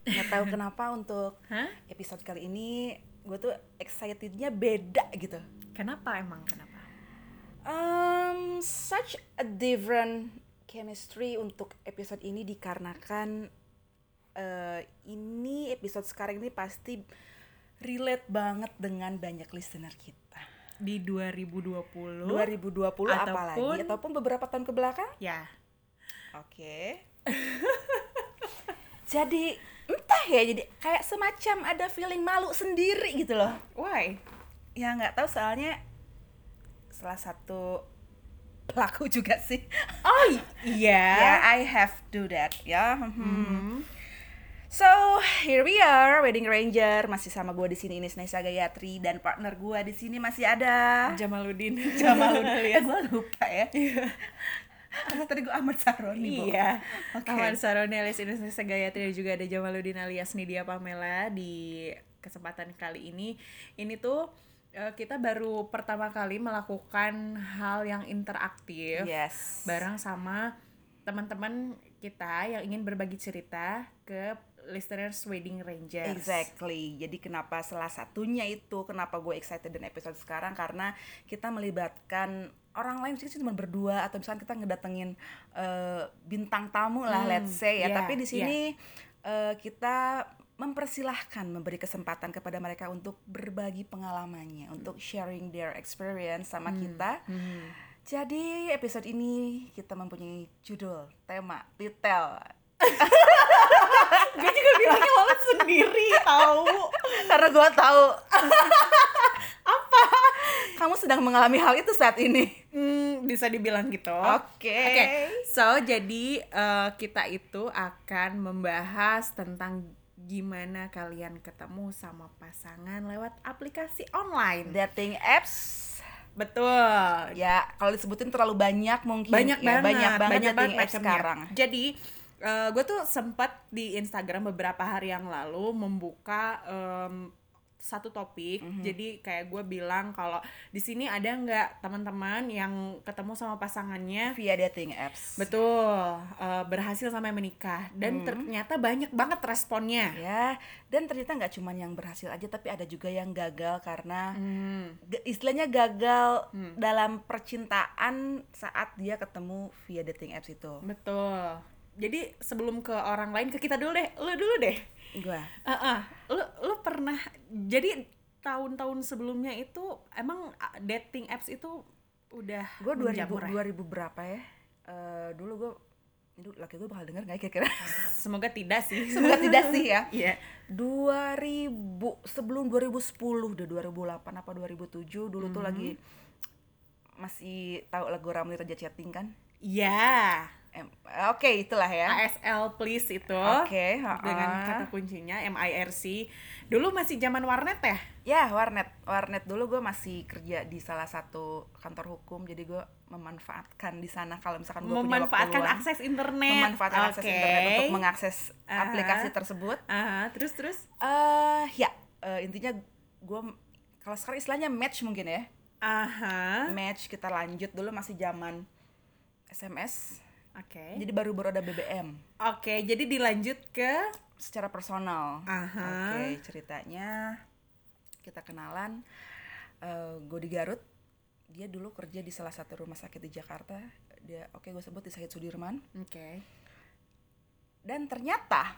Nggak tahu kenapa untuk Hah? episode kali ini gue tuh excitednya beda gitu. Kenapa emang? Kenapa? Such a different chemistry untuk episode ini dikarenakan ini episode sekarang ini pasti relate banget dengan banyak listener kita. Di 2020 2020 apalagi ataupun beberapa tahun ke belakang. ya. Oke. Jadi entah ya, jadi kayak semacam ada feeling malu sendiri gitu loh. Why? Ya nggak tahu, soalnya salah satu pelaku juga sih. Oh Ya, iya. I have to that ya. So here we are, Wedding Ranger, masih sama gue di sini Ines Naisa Gayatri, dan partner gue di sini masih ada Jamaludin. Jamaludin. Gue lupa ya. Karena tadi gue Ahmad Saroni. Bo. Iya. Oke. Ahmad Saroni alias Indonesia Gayatri, dan juga ada Jamaludin alias Nidia Pamela. Di kesempatan kali ini tuh kita baru pertama kali melakukan hal yang interaktif Yes. bareng sama teman-teman kita yang ingin berbagi cerita ke listeners Wedding Rangers. Exactly. Jadi kenapa salah satunya itu kenapa gue excited dengan episode sekarang, karena kita melibatkan orang lain, mungkin cuma berdua atau misalnya kita ngedatengin bintang tamu lah, let's say ya. yeah, Tapi di sini kita mempersilahkan, memberi kesempatan kepada mereka untuk berbagi pengalamannya, untuk sharing their experience sama kita. Jadi episode ini kita mempunyai judul, tema, detail. Gue juga bilangnya banget sendiri tahu. Karena gue tahu apa kamu sedang mengalami hal itu saat ini. Bisa dibilang gitu. Oke. So jadi kita itu akan membahas tentang gimana kalian ketemu sama pasangan lewat aplikasi online. Dating apps. Betul. Ya, kalau disebutin terlalu banyak mungkin. Banyak ya, banget dating apps macamnya. sekarang. Jadi gue tuh sempat di Instagram beberapa hari yang lalu membuka satu topik. Jadi kayak gue bilang kalau di sini ada nggak teman-teman yang ketemu sama pasangannya Via dating apps. betul berhasil sampai menikah, dan ternyata banyak banget responnya. Ya, dan ternyata nggak cuma yang berhasil aja, tapi ada juga yang gagal karena istilahnya gagal dalam percintaan saat dia ketemu via dating apps itu. Betul. Jadi sebelum ke orang lain, ke kita dulu deh. Lu dulu deh. Gua. Lu pernah, jadi tahun-tahun sebelumnya itu emang dating apps itu udah Gue menjamur 2000 berapa ya? Dulu gue, laki gue bakal denger nggak ya kira-kira? Semoga tidak sih. Semoga tidak sih ya. Iya. 2000, sebelum 2010 deh, 2008 apa 2007 dulu tuh lagi masih tahu lagu Ramli Raja Chatting kan? Iya. Oke, itulah ya. ASL please itu. Oke, dengan kata kuncinya MIRC. Dulu masih zaman warnet ya? Ya, warnet dulu gue masih kerja di salah satu kantor hukum, jadi gue memanfaatkan di sana kalau misalkan gue punya waktu Memanfaatkan luang. akses internet. Memanfaatkan akses internet untuk mengakses aplikasi tersebut. Terus? Intinya gue kalau sekarang istilahnya match mungkin ya. Match, kita lanjut. Dulu masih zaman SMS. Oke. Jadi baru ada BBM. Oke, jadi dilanjut ke Secara personal. Aha. Oke, ceritanya kita kenalan. Gue di Garut. Dia dulu kerja di salah satu rumah sakit di Jakarta. Gue sebut di Sakit Sudirman. Oke. Dan ternyata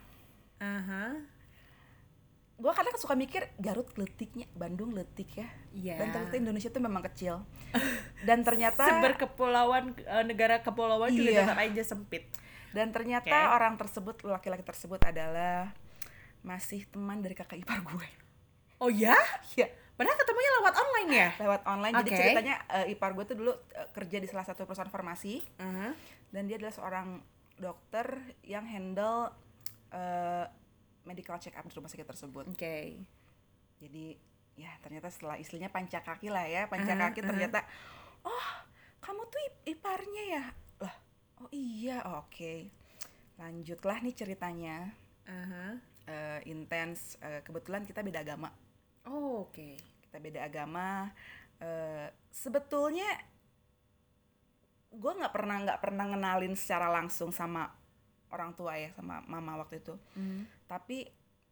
gue kadang suka mikir, Garut letiknya, Bandung letik ya. Iya. Dan ternyata Indonesia tuh memang kecil. Dan ternyata seberkepulauan, negara kepulauan juga tetap aja sempit. Dan ternyata orang tersebut, laki-laki tersebut adalah masih teman dari kakak ipar gue. Oh ya? Iya. Padahal ketemunya lewat online ya? Lewat online. Jadi ceritanya ipar gue tuh dulu kerja di salah satu perusahaan farmasi. Dan dia adalah seorang dokter yang handle medical check up di rumah sakit tersebut. Oke. Jadi ya ternyata setelah istilahnya pancakaki lah ya, pancakaki ternyata, oh kamu tuh iparnya ya? Lah, oh iya, oke. Lanjutlah nih ceritanya. Intens. Kebetulan kita beda agama. Oh, oke. Kita beda agama. Sebetulnya gue nggak pernah ngenalin secara langsung sama orang tua ya, sama mama waktu itu. Tapi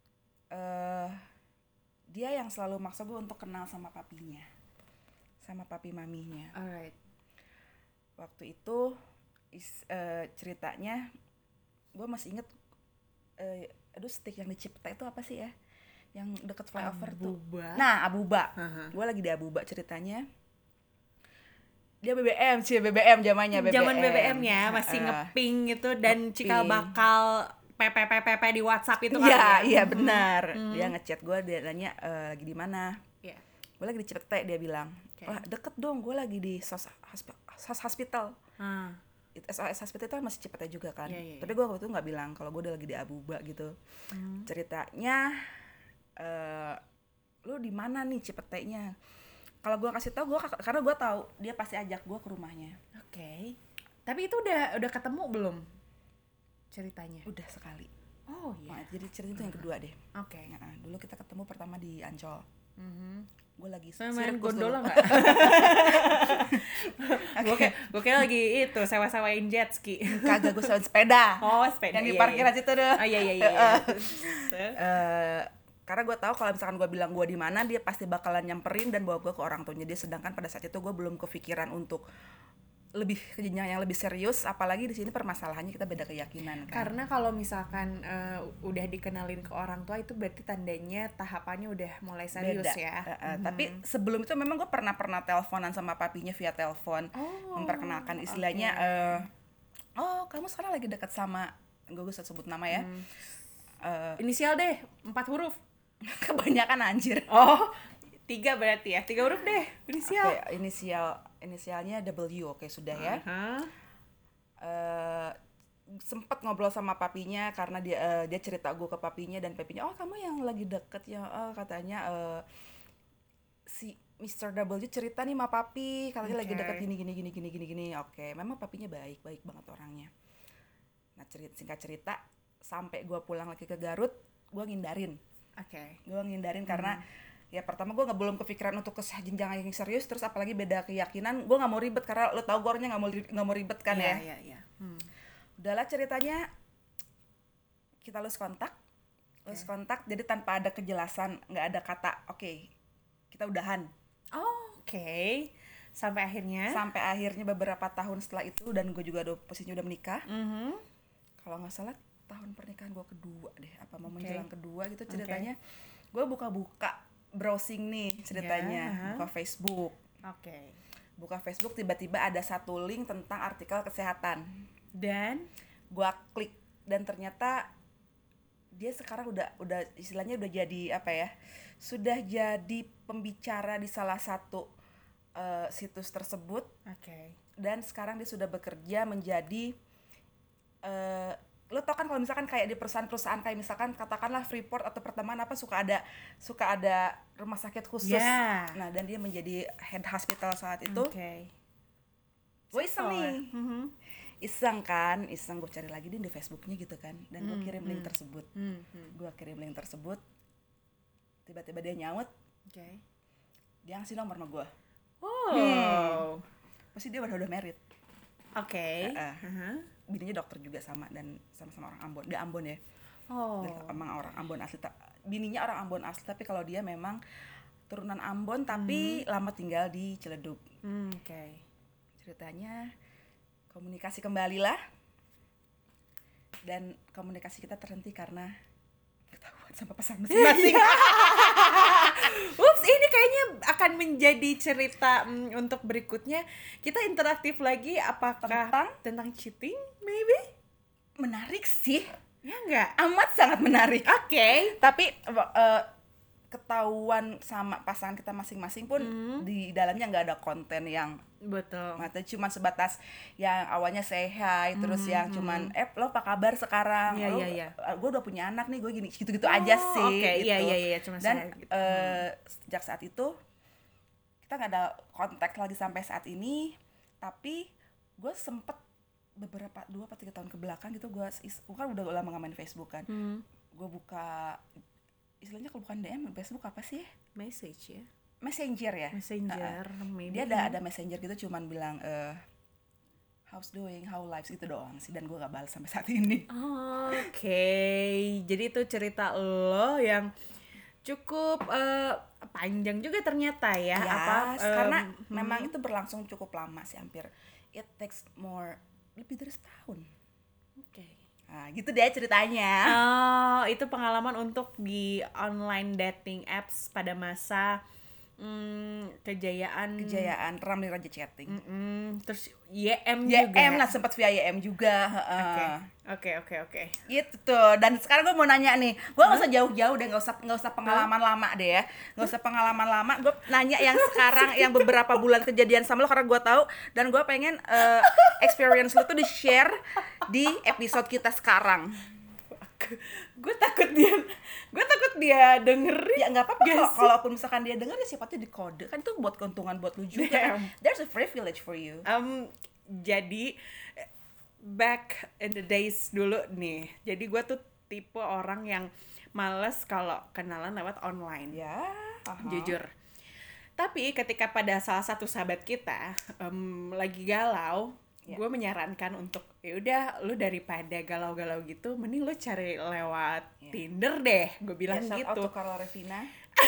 dia yang selalu maksa gue untuk kenal sama papinya, sama papi maminya. Alright. Waktu itu ceritanya gue masih inget, aduh stick yang di Cipete itu apa sih ya, yang deket flyover tuh. Nah, Abuba. Gue lagi di Abuba ceritanya. Dia BBM zamannya BBM. Zaman BBM-nya masih ngeping gitu dan cikal bakal PPPPP di WhatsApp itu kan. Iya benar. Dia ngechat gue, dia nanya lagi di mana. Gue lagi di Cipete, dia bilang. Wah, deket dong, gue lagi di SOS Hospital. SOS Hospital itu masih Cipete juga kan. Tapi gue waktu itu nggak bilang kalau gue udah lagi di Abuba gitu. Ceritanya lu di mana nih Cipetenya? Kalau gue kasih tau, karena gue tahu dia pasti ajak gue ke rumahnya. Oke. Tapi itu udah ketemu belum ceritanya? Udah sekali. Oh iya. Nah, jadi cerita itu yang kedua deh. Oke. Nah, dulu kita ketemu pertama di Ancol. Gue lagi main gondola nggak? Gue kira lagi itu sewa-sewain jet ski. Kagak, gue sewa sepeda. Oh, sepeda. Yang di parkiran situ deh. Oh iya. Karena gue tahu kalau misalkan gue bilang gue di mana, dia pasti bakalan nyamperin dan bawa gue ke orang tuanya dia. Sedangkan pada saat itu gue belum kepikiran untuk lebih ke jenjang yang lebih serius, apalagi di sini permasalahannya kita beda keyakinan kan. Karena kalau misalkan udah dikenalin ke orang tua itu berarti tandanya tahapannya udah mulai serius beda. Ya. Tapi sebelum itu memang gue pernah teleponan sama papinya via telepon, memperkenalkan istilahnya. Oh, kamu sekarang lagi dekat sama, gue usah sebut nama ya. Inisial deh, 4 huruf. Kebanyakan anjir. Oh, 3 berarti ya, 3 huruf deh. Inisial. Inisialnya W, oke sudah ya. Sempet ngobrol sama papinya karena dia cerita gue ke papinya, dan papinya, oh kamu yang lagi deket ya, katanya si Mr. W cerita nih sama papi, katanya lagi deket gini. Oke, memang papinya baik banget orangnya. Nah, singkat cerita, sampai gue pulang lagi ke Garut, gue ngindarin. Gue ngindarin karena ya pertama gue belum kepikiran untuk ke jenjang yang serius, terus apalagi beda keyakinan, gue nggak mau ribet karena lo tau gue orangnya nggak mau ribet kan. Iya. Udahlah ceritanya kita lose kontak, jadi tanpa ada kejelasan, nggak ada kata oke, kita udahan. Sampai akhirnya beberapa tahun setelah itu, dan gue juga posisinya udah menikah. Kalau nggak salah tahun pernikahan gue kedua deh, apa mau menjelang kedua gitu ceritanya. Gue buka browsing nih ceritanya, buka Facebook. Buka Facebook, tiba-tiba ada satu link tentang artikel kesehatan. Dan gua klik, dan ternyata dia sekarang udah istilahnya udah jadi apa ya? Sudah jadi pembicara di salah satu situs tersebut. Dan sekarang dia sudah bekerja menjadi lo tau kan kalau misalkan kayak di perusahaan-perusahaan kayak misalkan katakanlah Freeport atau Pertamina apa suka ada rumah sakit khusus. Nah, dan dia menjadi head hospital saat itu. Gue iseng nih. Iseng gue cari lagi di Facebooknya gitu kan, dan gue kirim link tersebut. Tiba-tiba dia nyaut. Dia ngasih nomor sama gue. Pasti dia udah married. Bininya dokter juga dan sama-sama orang Ambon. Dia Ambon ya. Emang orang Ambon asli. Bininya orang Ambon asli, tapi kalau dia memang turunan Ambon tapi lama tinggal di Ciledug. Ceritanya komunikasi kembalilah, dan komunikasi kita terhenti karena ketahuan sama pasangan masing-masing. Ups, ini kayaknya akan menjadi cerita untuk berikutnya. Kita interaktif lagi, apakah tentang cheating maybe? Menarik sih. Ya enggak? Amat sangat menarik. Tapi ketahuan sama pasangan kita masing-masing pun di dalamnya nggak ada konten yang mata cuma sebatas yang awalnya say hi, terus yang cuman lo apa kabar sekarang, gue udah punya anak nih, gue gini gitu aja sih. Cuma dan sejak saat itu kita nggak ada kontak lagi sampai saat ini. Tapi gue sempet beberapa 2 atau 3 tahun ke belakang gitu, gue kan udah lama nggak main Facebook kan. Gue buka, istilahnya kalau bukan DM, Facebook apa sih? Messenger ya. Messenger, maybe. Dia ada Messenger gitu, cuman bilang how's doing, how lives gitu doang sih, dan gue gak balas sampai saat ini. Oke, jadi itu cerita lo yang cukup panjang juga ternyata ya. Karena memang itu berlangsung cukup lama sih, hampir it takes lebih dari setahun. Oke. Nah, gitu deh ceritanya. Itu pengalaman untuk di online dating apps pada masa kejayaan Ramli Raja Chatting. Terus YM juga. YM lah, sempat via YM juga. Oke. Gitu tuh. Dan sekarang gue mau nanya nih, gue nggak usah jauh-jauh deh, nggak usah pengalaman lama deh ya, nggak usah pengalaman lama. Gue nanya yang sekarang, yang beberapa bulan kejadian sama lo, karena gue tahu dan gue pengen experience lo tuh di share di episode kita sekarang. Gue takut dia dengerin. Ya nggak apa-apa kok, kalaupun misalkan dia denger ya siapa tuh dikode, kan itu buat keuntungan buat lu juga. There's a privilege for you. Jadi back in the days dulu nih, jadi gue tuh tipe orang yang males kalau kenalan lewat online. Ya, jujur. Tapi ketika pada salah satu sahabat kita lagi galau, gue menyarankan untuk ya udah, lu daripada galau-galau gitu, mending lu cari lewat Tinder deh, gue bilang gitu. Shout out to Carla Revina.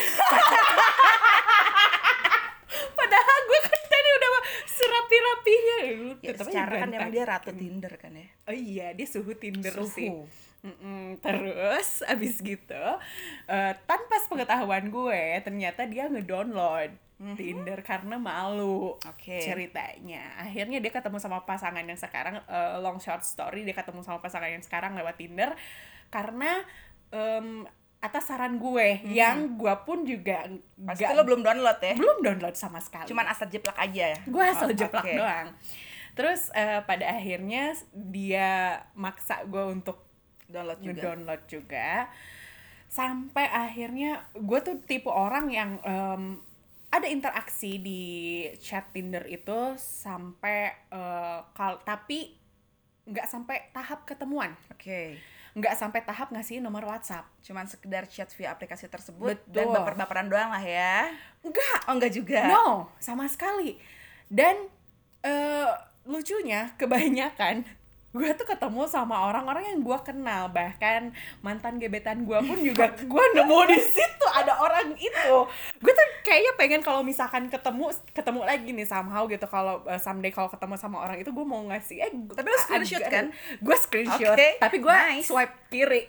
Padahal gue kan tadi udah serapi-rapinya. Secara kan emang dia ratu Tinder kan ya. Oh iya, dia suhu Tinder sih. Terus abis gitu, tanpa sepengetahuan gue, ternyata dia ngedownload Tinder karena malu. Ceritanya akhirnya dia ketemu sama pasangan yang sekarang, long short story, dia ketemu sama pasangan yang sekarang lewat Tinder karena atas saran gue, yang gue pun juga pasti lo belum download ya? Belum download sama sekali, cuman asal jeplak aja ya? Gue asal jeplak doang. Terus pada akhirnya dia maksa gue untuk download juga. Sampai akhirnya gue tuh tipe orang yang ada interaksi di chat Tinder itu sampai tapi nggak sampai tahap ketemuan. Nggak sampai tahap ngasih nomor WhatsApp, cuman sekedar chat via aplikasi tersebut. Betul. Dan baper-baperan doang lah ya. Enggak juga. No, sama sekali. Dan lucunya kebanyakan gue tuh ketemu sama orang-orang yang gue kenal, bahkan mantan gebetan gue pun juga gue nemu di situ ada orang itu. Gue tuh kayaknya pengen kalau misalkan ketemu lagi nih somehow gitu, kalau someday kalau ketemu sama orang itu gue mau ngasih tapi lo screenshot kan? Gue screenshot, tapi gue swipe kiri.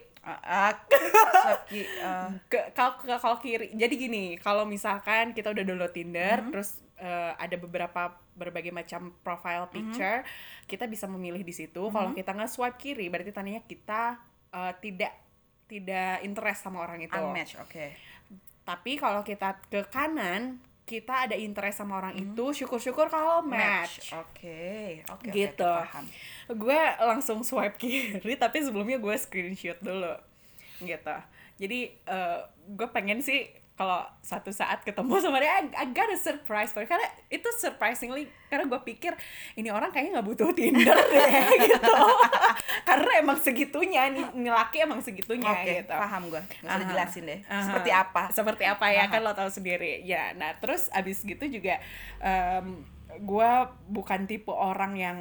Kalau kiri. Jadi gini, kalau misalkan kita udah download Tinder, terus ada berbagai macam profile picture, kita bisa memilih di situ. Kalau kita nge-swipe kiri, berarti tandanya kita tidak interest sama orang itu. Unmatch, Tapi kalau kita ke kanan, kita ada interest sama orang itu, syukur-syukur kalau match. Gitu. Gue langsung swipe kiri, tapi sebelumnya gue screenshot dulu. Gitu. Jadi gue pengen sih kalau suatu saat ketemu sama dia, I got a surprise for, karena itu surprisingly, karena gue pikir ini orang kayaknya nggak butuh Tinder deh gitu. Karena emang segitunya nih laki emang segitunya. Gitu. Paham gue, nggak usah dijelasin deh. Seperti apa ya, kan lo tahu sendiri ya. Nah terus abis gitu juga gue bukan tipe orang yang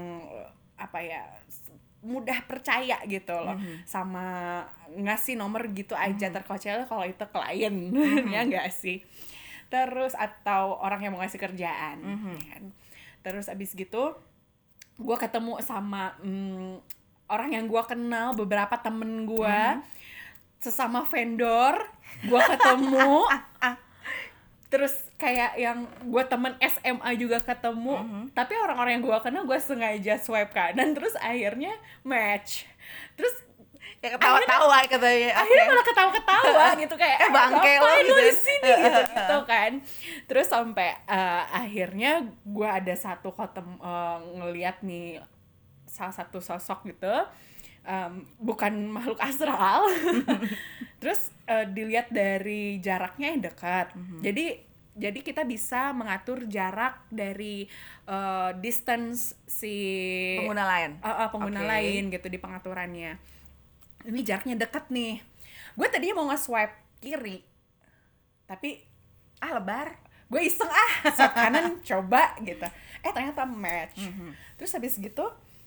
mudah percaya gitu loh, sama ngasih nomor gitu aja terkecuali kalau itu klien, ya nggak sih. Terus atau orang yang mau ngasih kerjaan. Kan? Terus abis gitu gue ketemu sama orang yang gue kenal, beberapa temen gue, sesama vendor gue ketemu. Terus kayak yang gue temen SMA juga ketemu, tapi orang-orang yang gue kenal gue sengaja swipe kanan, terus akhirnya match. Terus ya ketawa-tawa katanya. Akhirnya malah ketawa-ketawa gitu, kayak bangke lo gitu di sini gitu kan. Terus sampai akhirnya gue ada satu ngeliat nih salah satu sosok gitu, bukan makhluk astral. Terus dilihat dari jaraknya yang dekat. Jadi kita bisa mengatur jarak dari distance si pengguna lain gitu di pengaturannya. Ini jaraknya dekat nih. Gue tadinya mau nge-swipe kiri, tapi lebar. Gue iseng swipe kanan coba gitu. Ternyata match. Terus habis gitu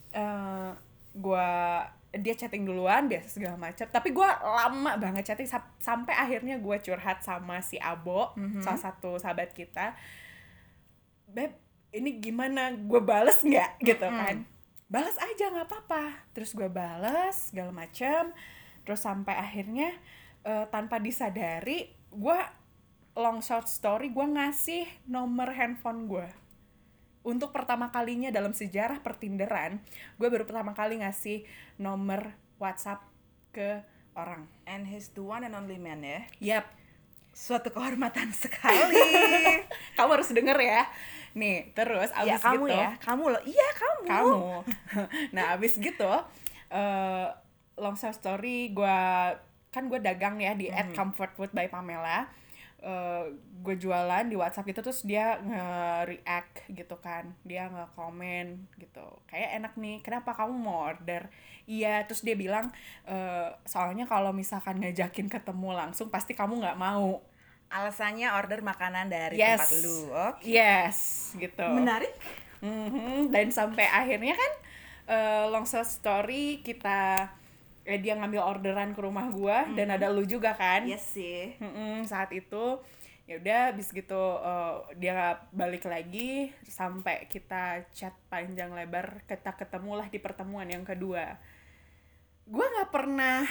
Dia chatting duluan biasa segala macam, tapi gue lama banget chatting sampai akhirnya gue curhat sama si Abo, salah satu sahabat kita, Beb ini gimana, gue bales nggak gitu kan, balas aja nggak apa-apa, terus gue balas segala macam, terus sampai akhirnya tanpa disadari gue long short story gue ngasih nomor handphone gue. Untuk pertama kalinya dalam sejarah pertinderan, gue baru pertama kali ngasih nomor WhatsApp ke orang. And he's the one and only man ya. Yap. Suatu kehormatan sekali. Kamu harus denger ya. Nih, terus abis ya, kamu gitu. Ya, kamu loh. Iya, kamu. Nah, abis gitu, long story, gue dagang ya di @comfortfood by Pamela. Gue jualan di WhatsApp gitu, terus dia nge-react gitu kan, dia nge-komen gitu, kayak enak nih, kenapa kamu mau order? Iya, terus dia bilang soalnya kalau misalkan ngajakin ketemu langsung pasti kamu nggak mau, alasannya order makanan dari yes, tempat lu. yes gitu. Menarik. Dan sampai akhirnya kan long story kita dia ngambil orderan ke rumah gua, dan ada lu juga kan. Yes sih. Saat itu ya udah, abis gitu dia balik lagi sampai kita chat panjang lebar, kita ketemulah di pertemuan yang kedua. Gua nggak pernah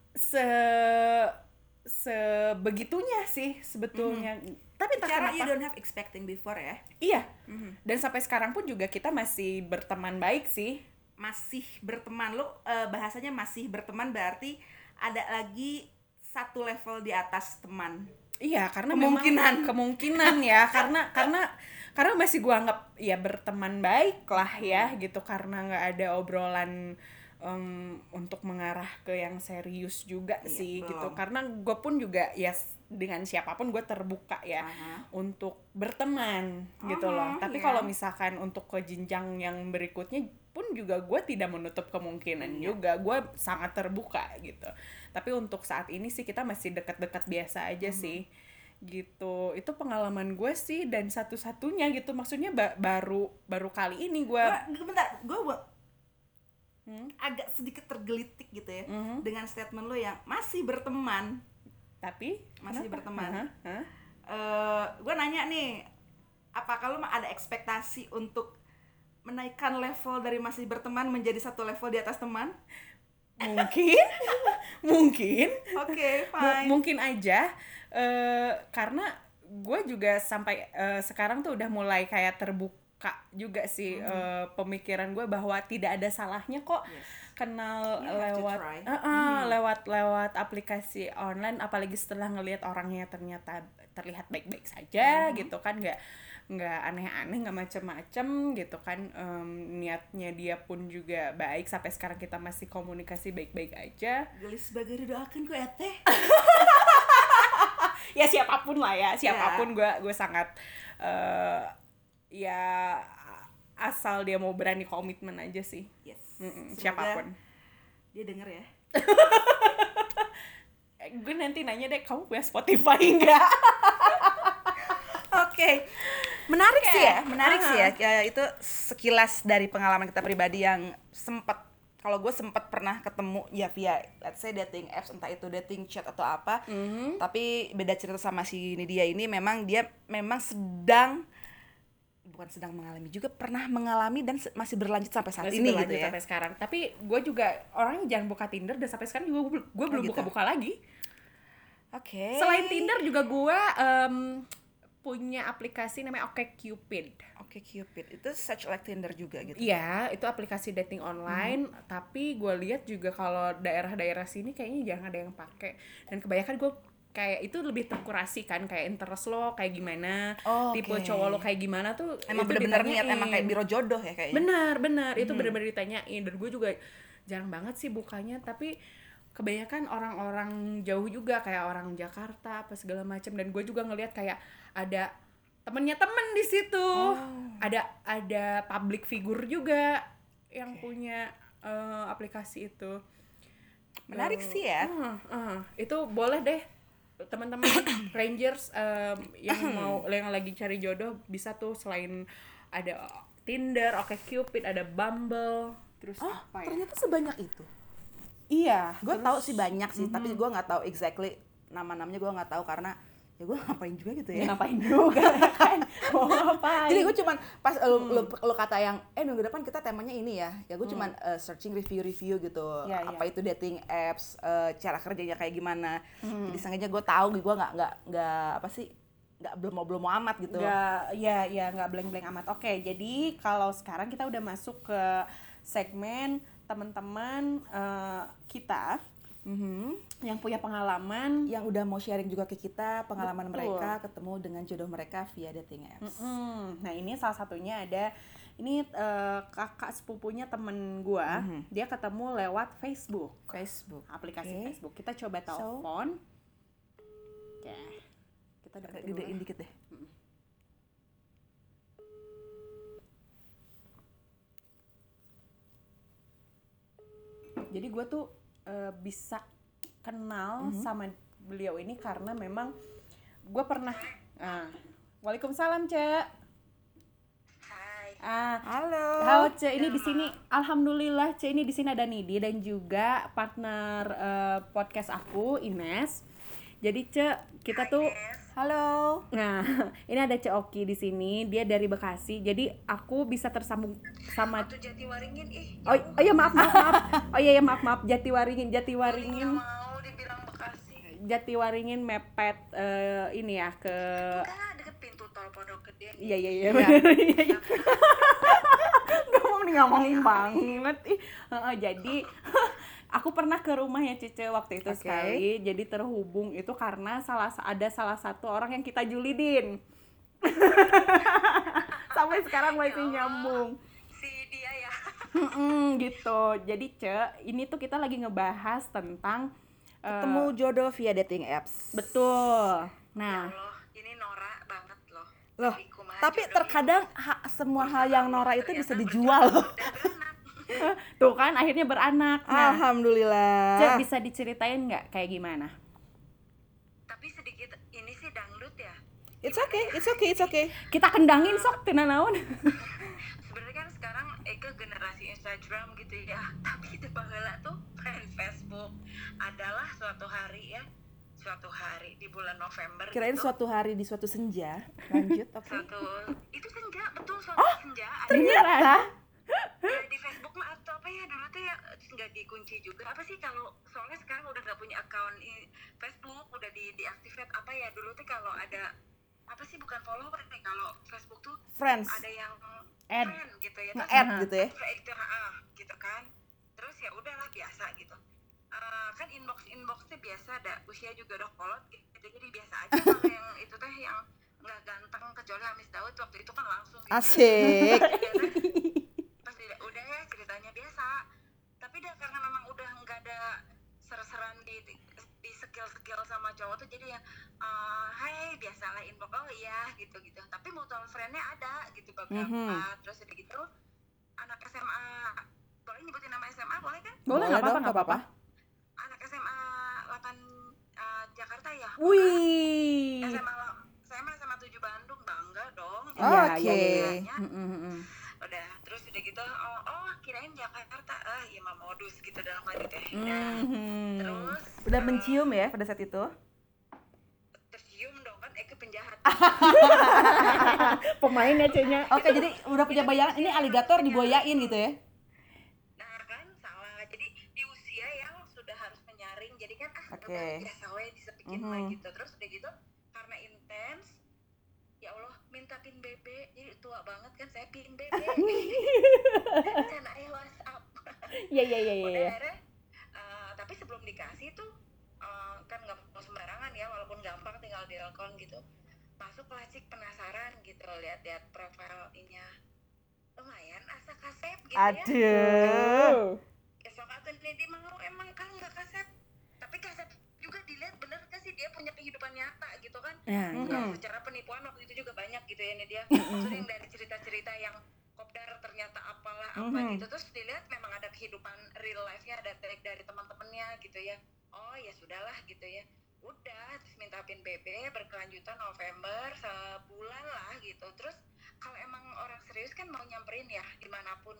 sebegitunya sih sebetulnya. Tapi entah Cara kenapa, you don't have expecting before ya. iya. Dan sampai sekarang pun juga kita masih berteman baik sih. Masih berteman, lo bahasanya masih berteman berarti ada lagi satu level di atas teman. Iya, karena kemungkinan ya, karena masih gua anggap ya berteman baik lah ya gitu, karena nggak ada obrolan untuk mengarah ke yang serius juga sih belum. Gitu, karena gue pun juga ya dengan siapapun gue terbuka ya untuk berteman gitu loh. Tapi kalau misalkan untuk ke jenjang yang berikutnya pun juga gue tidak menutup kemungkinan juga, gue sangat terbuka gitu. Tapi untuk saat ini sih kita masih dekat-dekat biasa aja sih gitu. Itu pengalaman gue sih, dan satu-satunya gitu, maksudnya baru kali ini gue agak sedikit tergelitik gitu ya dengan statement lo yang masih berteman. Tapi masih berteman. Gue nanya nih, apakah lo ada ekspektasi untuk menaikkan level dari masih berteman menjadi satu level di atas teman? Mungkin. Oke, fine. Mungkin aja, karena gue juga sampai sekarang tuh udah mulai kayak terbuka juga sih pemikiran gue bahwa tidak ada salahnya kok kenal lewat aplikasi online, apalagi setelah ngelihat orangnya ternyata terlihat baik-baik saja gitu kan, nggak aneh-aneh, nggak macem-macem gitu kan, niatnya dia pun juga baik, sampai sekarang kita masih komunikasi baik-baik aja. Gelis sebagai doakan kok ya teh. Ya siapapun lah ya, siapapun gue sangat ya asal dia mau berani komitmen aja sih. Yes. Siapapun. Dia denger ya. Gue nanti nanya deh, kamu punya Spotify nggak? Oke. Menarik sih ya. Itu sekilas dari pengalaman kita pribadi yang kalau gue sempat pernah ketemu ya via let's say dating apps, entah itu dating chat atau apa. Tapi beda cerita sama si Nidia ini, memang dia bukan sedang mengalami, juga pernah mengalami dan masih berlanjut sampai saat ini gitu ya. Sampai sekarang. Tapi gue juga orangnya jangan buka Tinder, dan sampai sekarang juga gue belum buka-buka lagi. Oke. Selain Tinder juga gue punya aplikasi namanya OkCupid. OkCupid itu search like Tinder juga gitu. Iya, itu aplikasi dating online, tapi gue lihat juga kalau daerah-daerah sini kayaknya jarang ada yang pakai, dan kebanyakan gue kayak itu lebih terkurasi kan, kayak interest lo kayak gimana, tipe cowok lo kayak gimana tuh, emang bener-bener niat, emang kayak biro jodoh ya kayaknya. Benar, itu bener-bener ditanyain, dan gue juga jarang banget sih bukanya, tapi kebanyakan orang-orang jauh juga, kayak orang Jakarta apa segala macam, dan gue juga ngelihat kayak ada temennya temen di situ, ada public figure juga yang punya aplikasi itu. Menarik sih ya. Itu boleh deh teman-teman Rangers yang lagi cari jodoh, bisa tuh, selain ada Tinder, OkCupid, ada Bumble, Terus Oh, apa ya? ternyata sebanyak itu. Iya. Gue terus- tahu sih banyak sih, tapi gue nggak tahu exactly nama-namanya, gue nggak tahu karena ya gue ngapain juga gitu Ya ya. ngapain juga kan? Mau ngapain? Jadi gue cuman pas lu kata yang minggu depan kita temanya ini ya gue cuman searching review gitu, Ya, apa ya. itu dating apps, cara kerjanya kayak gimana. Jadi sengaja gue tahu, gue nggak apa sih, nggak belum mau amat gitu. Nggak, ya nggak blank-blank amat. Oke, jadi kalau sekarang kita udah masuk ke segmen teman-teman kita yang punya pengalaman. Yang udah mau sharing juga ke kita pengalaman Betul. mereka ketemu dengan jodoh mereka via dating apps. Nah ini salah satunya ada, ini kakak sepupunya temen gua, dia ketemu lewat Facebook, aplikasi Oke. Facebook. Kita coba telepon. Oke, kita Agak deketin dulu gedein ya. dikit deh. Jadi gue tuh bisa kenal sama beliau ini karena memang gue pernah. Waalaikumsalam, Cek. Hai. Halo, Cek. Ini di sini, alhamdulillah, Cek, ini di sini ada Nidi dan juga partner podcast aku, Ines. Jadi, Cek, kita tuh Halo. Nah, ini ada Cek Oki di sini. Dia dari Bekasi. Jadi aku bisa tersambung sama Jatiwaringin Oh iya, maaf. Oh iya, maaf. Jatiwaringin. mau dibilang Bekasi. Jatiwaringin mepet ini ya ke Enggak, deket pintu tol Pondok Gede. Iya. ngomong banget. Jadi aku pernah ke rumahnya Cece waktu itu Oke. sekali. Jadi terhubung itu karena ada salah satu orang yang kita julidin. Sampai sekarang masih nyambung. Si dia ya. Gitu. Jadi ini tuh kita lagi ngebahas tentang Ketemu jodoh via dating apps. betul. Ya Nah, Allah, ini norak banget loh. Loh, Jadi kumaha tapi jodohnya terkadang semua hal yang Nora itu bisa dijual loh. dan beranak. tuh kan akhirnya beranak. Nah, Alhamdulillah. Cek, bisa diceritain nggak kayak gimana? Tapi sedikit ini sih dangdut ya. It's okay. Kita kendangin sok tina naon. Sebenarnya kan sekarang generasi Instagram gitu ya. Tapi itu baheula tuh friend Facebook adalah suatu hari di bulan November Kirain gitu. suatu hari di suatu senja. Lanjut, oke. Itu senja, betul suatu senja ada Ternyata. ya, di Facebook mah atau apa ya dulu tuh ya nggak dikunci juga apa sih kalau soalnya sekarang udah nggak punya account Facebook, udah diaktifkan apa ya dulu tuh kalau ada apa sih bukan follower nih kalau Facebook tuh Friends. ada yang Add. friend gitu ya Nge-add gitu ya. itu gitu kan terus ya udahlah biasa gitu. Kan inboxnya biasa ada usia juga udah kolot gitu jadi biasa aja kalau yang itu teh yang nggak ganteng kecuali Hamis Daud waktu itu kan langsung gitu. Asik. Pas udah ya ceritanya biasa tapi dah karena memang udah nggak ada ser-seran di skill sama cowok tuh jadi ya hai biasalah inbox oh iya gitu tapi mutual friendnya ada gitu beberapa terus udah gitu anak SMA boleh nyebutin nama SMA boleh kan Boleh, nggak dong, apa-apa. anak SMA 8 Jakarta ya Wih. SMA 7 Bandung bangga dong Oke. udah terus udah gitu oh kirain Jakarta ya mah modus gitu dalam hati teh terus Udah mencium ya pada saat itu? tercium dong kan penjahat Pemain ya Cenya. Oke, jadi udah punya bayangan ini aligator diboyain gitu ya? nah kan salah jadi di usia yang sudah harus menyaring jadi kan Oke. udah biasa we disepikin mah gitu terus udah gitu karena intens ya Allah minta pin BB jadi tua banget kan saya pin BB kan WhatsApp Iya. udah akhirnya tapi sebelum dikasih tuh kan nggak mau sembarangan ya walaupun gampang tinggal telepon gitu masuk cik penasaran gitu lihat profilnya lumayan asa kasep gitu ya Aduh. sok atuh dia mau emang kan nggak kasep tapi kasep juga dilihat bener kan sih dia punya kehidupan nyata gitu kan Ya, ya, secara penipuan waktu itu juga banyak gitu ya ini dia maksudnya yang dari cerita-cerita yang kopdar ternyata apalah apa gitu terus dilihat memang ada kehidupan real life-nya ada tag dari teman-temannya gitu ya oh ya sudahlah gitu ya udah terus minta pin BB berkelanjutan November sebulan lah gitu terus kalau emang orang serius kan mau nyamperin ya dimanapun gitu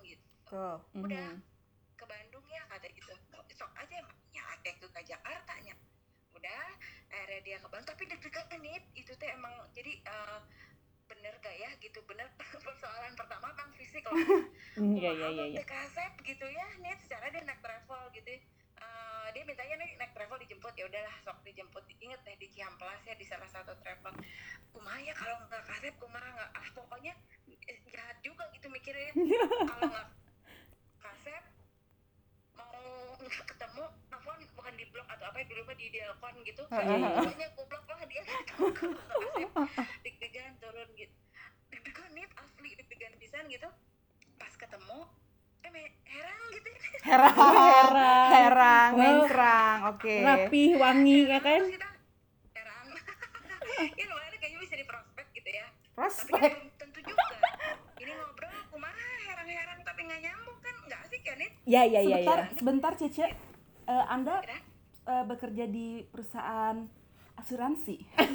Udah ke Bandung ya kata gitu, sok aja nyatek tuh ke Jakarta nya. Udah akhirnya dia ke Bandung, tapi deg-degan nih itu teh emang jadi bener gak ya gitu, bener persoalan pertama bang fisik loh. Iya. Kasep gitu ya nih, secara dia naik travel gitu. Dia mintanya nih naik travel dijemput, ya udahlah sok dijemput. Inget deh di Ciamplas ya, di salah satu travel. Kumaha ya kalau nggak kasep, kumaha nggak, pokoknya jahat juga gitu mikirin. Kalau nggak kasep mau nggak ketemu, telepon bukan di blok atau apa ya dulu mah di telepon gitu. Pokoknya goblok lah dia gitu. Kalau nggak kasep, deg-degan turun gitu. Deg-degan nih asli, deg-degan pisan gitu. Pas ketemu herang gitu. Herang, mencrang, oke. Rapih, wangi ya kan? Terus kita herang. Ya lumayan kayaknya bisa di prospek gitu ya. Tapi kan Prospek. belum tentu juga. Ini ngobrol kumaha herang-herang tapi nggak nyambung kan, nggak asik kan Nit? Sebentar Cece, Anda bekerja di perusahaan asuransi.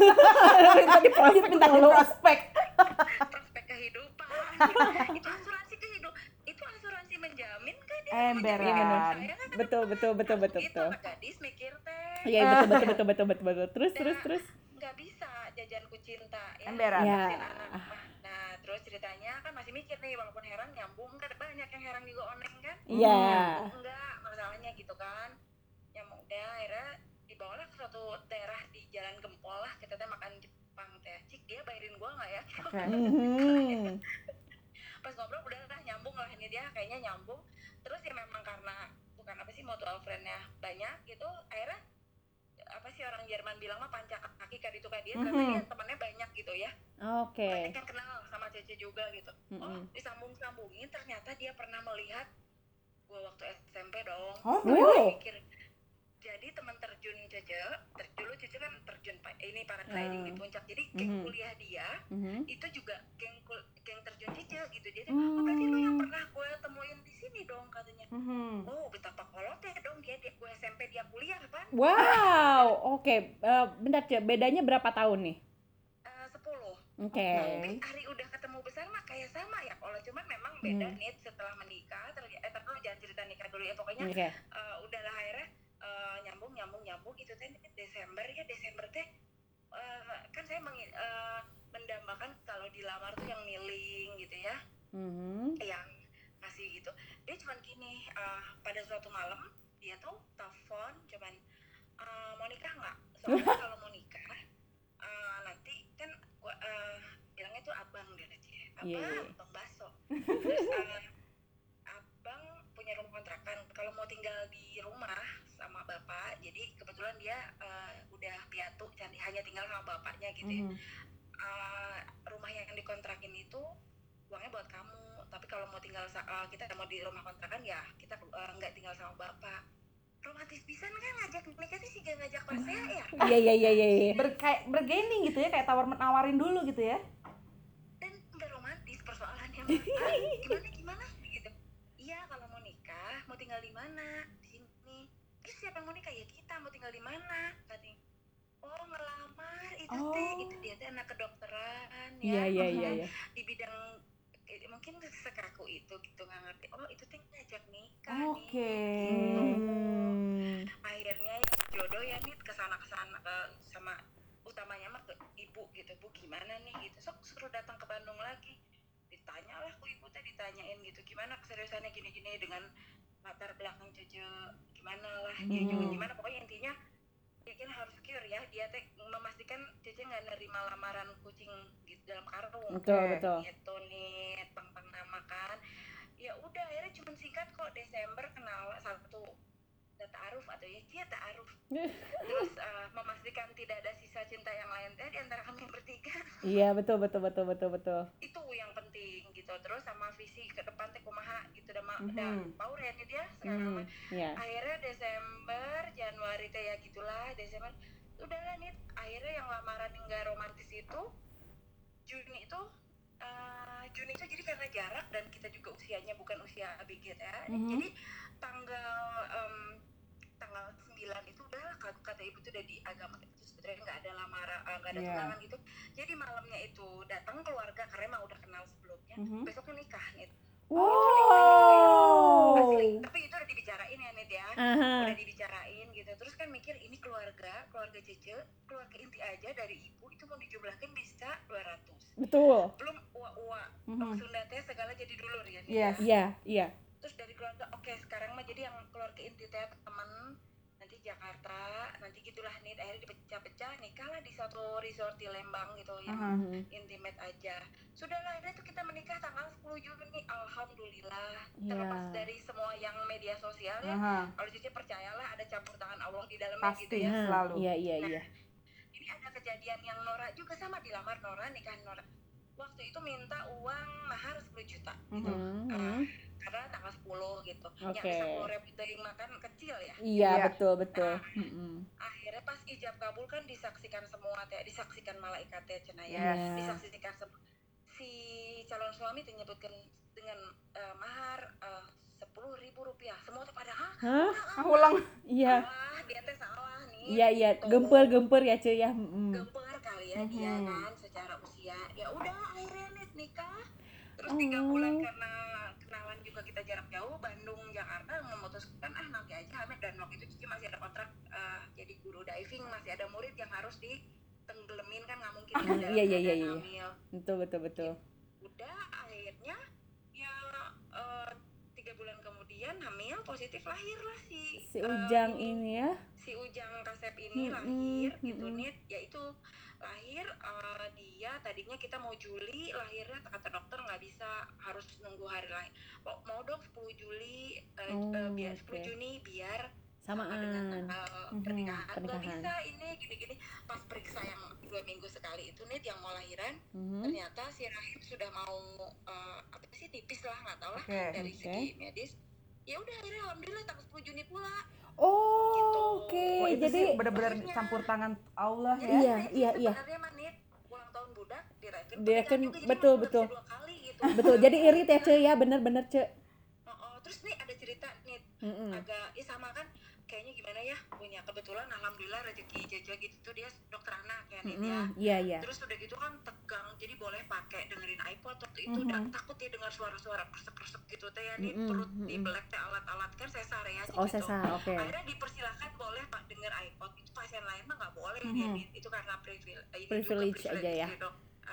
Minta prospek. Prospek kehidupan. Itu asuransi kehidupan. Itu asuransi menjamin kan dia. Emberan. Betul. Itu anak gadis mikir teh. Iya, betul. Terus. Nggak bisa jajanku cinta ya. Emberan. Ya. Nah terus ceritanya kan masih mikir nih, walaupun herang nyambung kan, banyak yang herang juga oneng kan. Iya. Enggak masalahnya gitu kan. Ya udah akhirnya dibawalah ke suatu daerah di Jalan Gempol lah, kita teh makan Jepang teh. Cik dia bayarin gua nggak ya? Pas ngobrol udah nyambung lah, ini dia kayaknya nyambung. Terus ya memang karena bukan apa sih, mutual friend-nya banyak gitu, akhirnya apa sih orang Jerman bilang mah pancak kaki kan itu kan dia, karena dia temannya banyak gitu ya. Oke. Banyak yang kenal sama Cece juga gitu. Oh disambung-sambungin ternyata dia pernah melihat gua waktu SMP dong. Mikir jadi teman terjun Cece, dulu Cece kan terjun ini paragliding di puncak. Jadi geng kuliah dia itu juga geng terjun Cece gitu. Jadi berarti lu yang pernah gue temuin di sini dong katanya. Oh betapa kolotnya dong dia gue SMP dia kuliah kan. Wow, oke. Bentar Cek, bedanya berapa tahun nih? 10. Oke. Hari udah ketemu besar mah kayak sama ya, kalau cuman memang beda nih setelah menikah. Tapi dulu jangan cerita nikah dulu ya, pokoknya udahlah akhirnya nyambung itu teh Desember teh kan saya mendambakan kalau dilamar tuh yang kneeling gitu ya, yang ngasih gitu. Dia cuman gini, pada suatu malam dia tuh telepon cuman mau nikah nggak, soalnya kalau mau nikah nanti kan gua bilangnya tuh abang dia aja, abang baso. Terus abang punya rumah kontrakan, kalau mau tinggal di rumah sama bapak, jadi kebetulan dia udah piatu, hanya tinggal sama bapaknya gitu ya. Rumah yang dikontrakin itu uangnya buat kamu, tapi kalau mau tinggal kita mau di rumah kontrakan ya kita nggak tinggal sama bapak. Romantis pisan kan ngajak nikah sih gak ngajak pasea ya. Iya. Kayak bergaining gitu ya, kayak nawarin dulu gitu ya. Dan nggak romantis persoalannya mah. Gimana gitu. Iya kalau mau nikah mau tinggal di mana, di sini. Terus siapa yang mau nikah, ya kita mau tinggal di mana katanya. Oh ngelamar itu teh, itu dia teh anak kedokteran ya. Iya. Di bidang mungkin sekaku itu gitu, nggak ngerti. Oh itu teh ngajak nikah Oke. nih gitu. Akhirnya ya jodoh ya nih kesana sama utamanya mah ke ibu gitu. Bu gimana nih gitu, sok suruh datang ke Bandung lagi. Ditanyalah ku ibu teh, ditanyain gitu gimana keseriusannya gini-gini dengan latar belakang Cece gimana lah dia juga gimana, pokoknya intinya dia kan harus secure ya, dia teh memastikan Cece nggak nerima lamaran kucing gitu dalam karung. Betul. Gitu nih pang nama kan. Ya udah akhirnya cuma singkat kok, Desember kenal satu ta'aruf atau ya dia ta'aruf. Terus memastikan tidak ada sisa cinta yang lain teh di antara kami bertiga. Iya betul. Itu yang penting gitu. Terus sama visi ke depan teh kumaha gitu, dan power ya dia sekarang mah. Akhirnya Desember, Januari teh ya gitulah, Desember udahlah nih. Akhirnya yang lamaran yang nggak romantis itu Juni itu jadi karena jarak dan kita juga usianya bukan usia ABG ya. Jadi tanggal 9 itu udah kata ibu tuh udah di agama itu sebenarnya nggak ada lamaran, nggak ada tunangan gitu. Jadi malamnya itu datang keluarga karena emang udah kenal sebelumnya. Besoknya nikah nih. Asli, tapi itu udah dibicarain ya Nit ya. Aha. Udah dibicarain gitu. Terus kan mikir ini keluarga Cece, keluarga inti aja dari ibu itu mau dijumlahkan bisa 200. Betul. Belum uak-uak, orang Sunda teh segala jadi dulur ya Nit Yes. ya. Iya. Terus dari keluarga, oke sekarang mah jadi yang keluarga inti teh temen nanti Jakarta, nanti gitulah nih akhirnya dipecah-pecah nikah lah di satu resort di Lembang gitu yang intimate aja. Sudahlah akhirnya tuh kita menikah tanggal 10 Juni, alhamdulillah. Terlepas dari semua yang media sosial ya, kalau Cici percayalah ada campur tangan Allah di dalamnya Pasti gitu ya. selalu. Iya. Ini ada kejadian yang Nora juga sama dilamar Nora, nikahan Nora. Waktu itu minta uang mahar 10 juta gitu. Karena tanggal 10 gitu. Yang bisa 10.000 dari makan kecil ya. Iya, Iya. betul. Akhirnya pas ijab kabul kan disaksikan semua teh, disaksikan malaikat teh cenah ya. Yes. Disaksikan si calon suami menyebutkan dengan mahar 10.000 rupiah. Semua tuh pada Hah? Ulang. Iya. salah, dia teh salah nih. Iya. Gitu. Gemper ya, Ce ya. Gemper kali ya dia kan secara usia. Ya udah akhirnya nih nikah. Terus 3 bulan karena kenalan juga kita jarak jauh, Bandung Jakarta memutuskan nanti aja hamil. Dan waktu itu Cici masih ada kontrak jadi guru diving, masih ada murid yang harus ditenggelamin kan nggak mungkin dalam keadaan hamil. Betul. Udah akhirnya ya 3 bulan kemudian hamil positif lahirlah si Ujang ini ya. si Ujang Kasep ini lahir gitu Nit, yaitu lahir dia tadinya kita mau Juli lahirnya, kata dokter nggak bisa, harus nunggu hari lahir. Mau dong 10 Juli biar 10 Juni biar sama dengan pernikahan. Nggak bisa ini gini-gini. Pas periksa yang 2 minggu sekali itu Nit yang mau lahiran, ternyata si rahim sudah mau apa sih tipis lah, nggak tahu lah dari segi medis. Ya udah akhirnya alhamdulillah tanggal 10 Juni pula. Wah, itu Jadi sih benar-benar campur tangan Allah ya. Iya. Sebenarnya Manit ulang tahun budak Dirayakan, juga, betul. bisa 2 kali gitu. Betul. Jadi irit ya, Ce ya, bener Ce. Terus nih ada cerita Nit, agak sama kan kayaknya gimana ya, punya kebetulan alhamdulillah rezeki Jaja gitu tuh, dia dokter anak ya Nit ya. Iya. Terus udah gitu kan tegang, jadi boleh pakai dengerin iPod waktu itu, dan takut ya dengar suara-suara kresek-kresek gitu teh ya Nit, perut dibelek teh alat-alat kan sesar ya gitu. Sesar, oke. Akhirnya dipersilahkan boleh Pak denger iPod, itu pasien lain mah nggak boleh dia Nit, itu karena privilege aja ya. gitu.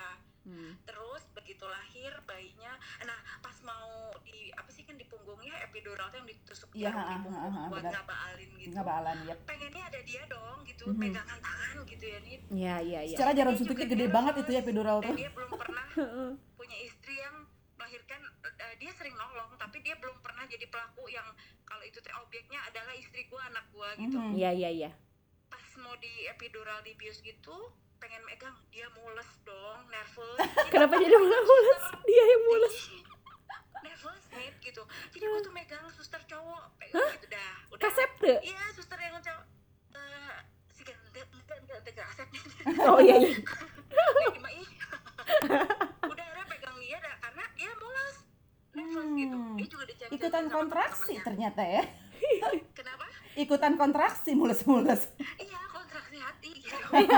Terus begitu lahir bayinya, nah pas mau di apa sih kan di punggungnya epidural tuh yang ditusuk jarum di punggung buat ngabaalin gitu. Ya. Pengennya ada dia dong gitu, pegangan tangan gitu ya Nit. Iya. Secara jarum suntiknya gede banget itu ya epidural tuh. Dan dia belum pernah punya istri yang melahirkan, dia sering nolong tapi dia belum pernah jadi pelaku yang kalau itu teh objeknya adalah istri gua, anak gua gitu. Iya. Pas mau di epidural dibius gitu, pengen megang, dia mules dong, nervous. Kenapa jadi mules? Dia yang mules. Nervous Nit gitu. Jadi gua tuh megang suster cowok, pegang gitu dah. Udah. Kasep tuh? Iya, suster yang cowok. Si enggak kasep. Oh iya. Udah akhirnya pegang dia dah karena dia mules. Nervous gitu. Dia juga dicengin. Ikutan kontraksi ternyata ya. Kenapa? Ikutan kontraksi mules-mules. Iya, kontraksi hati gitu.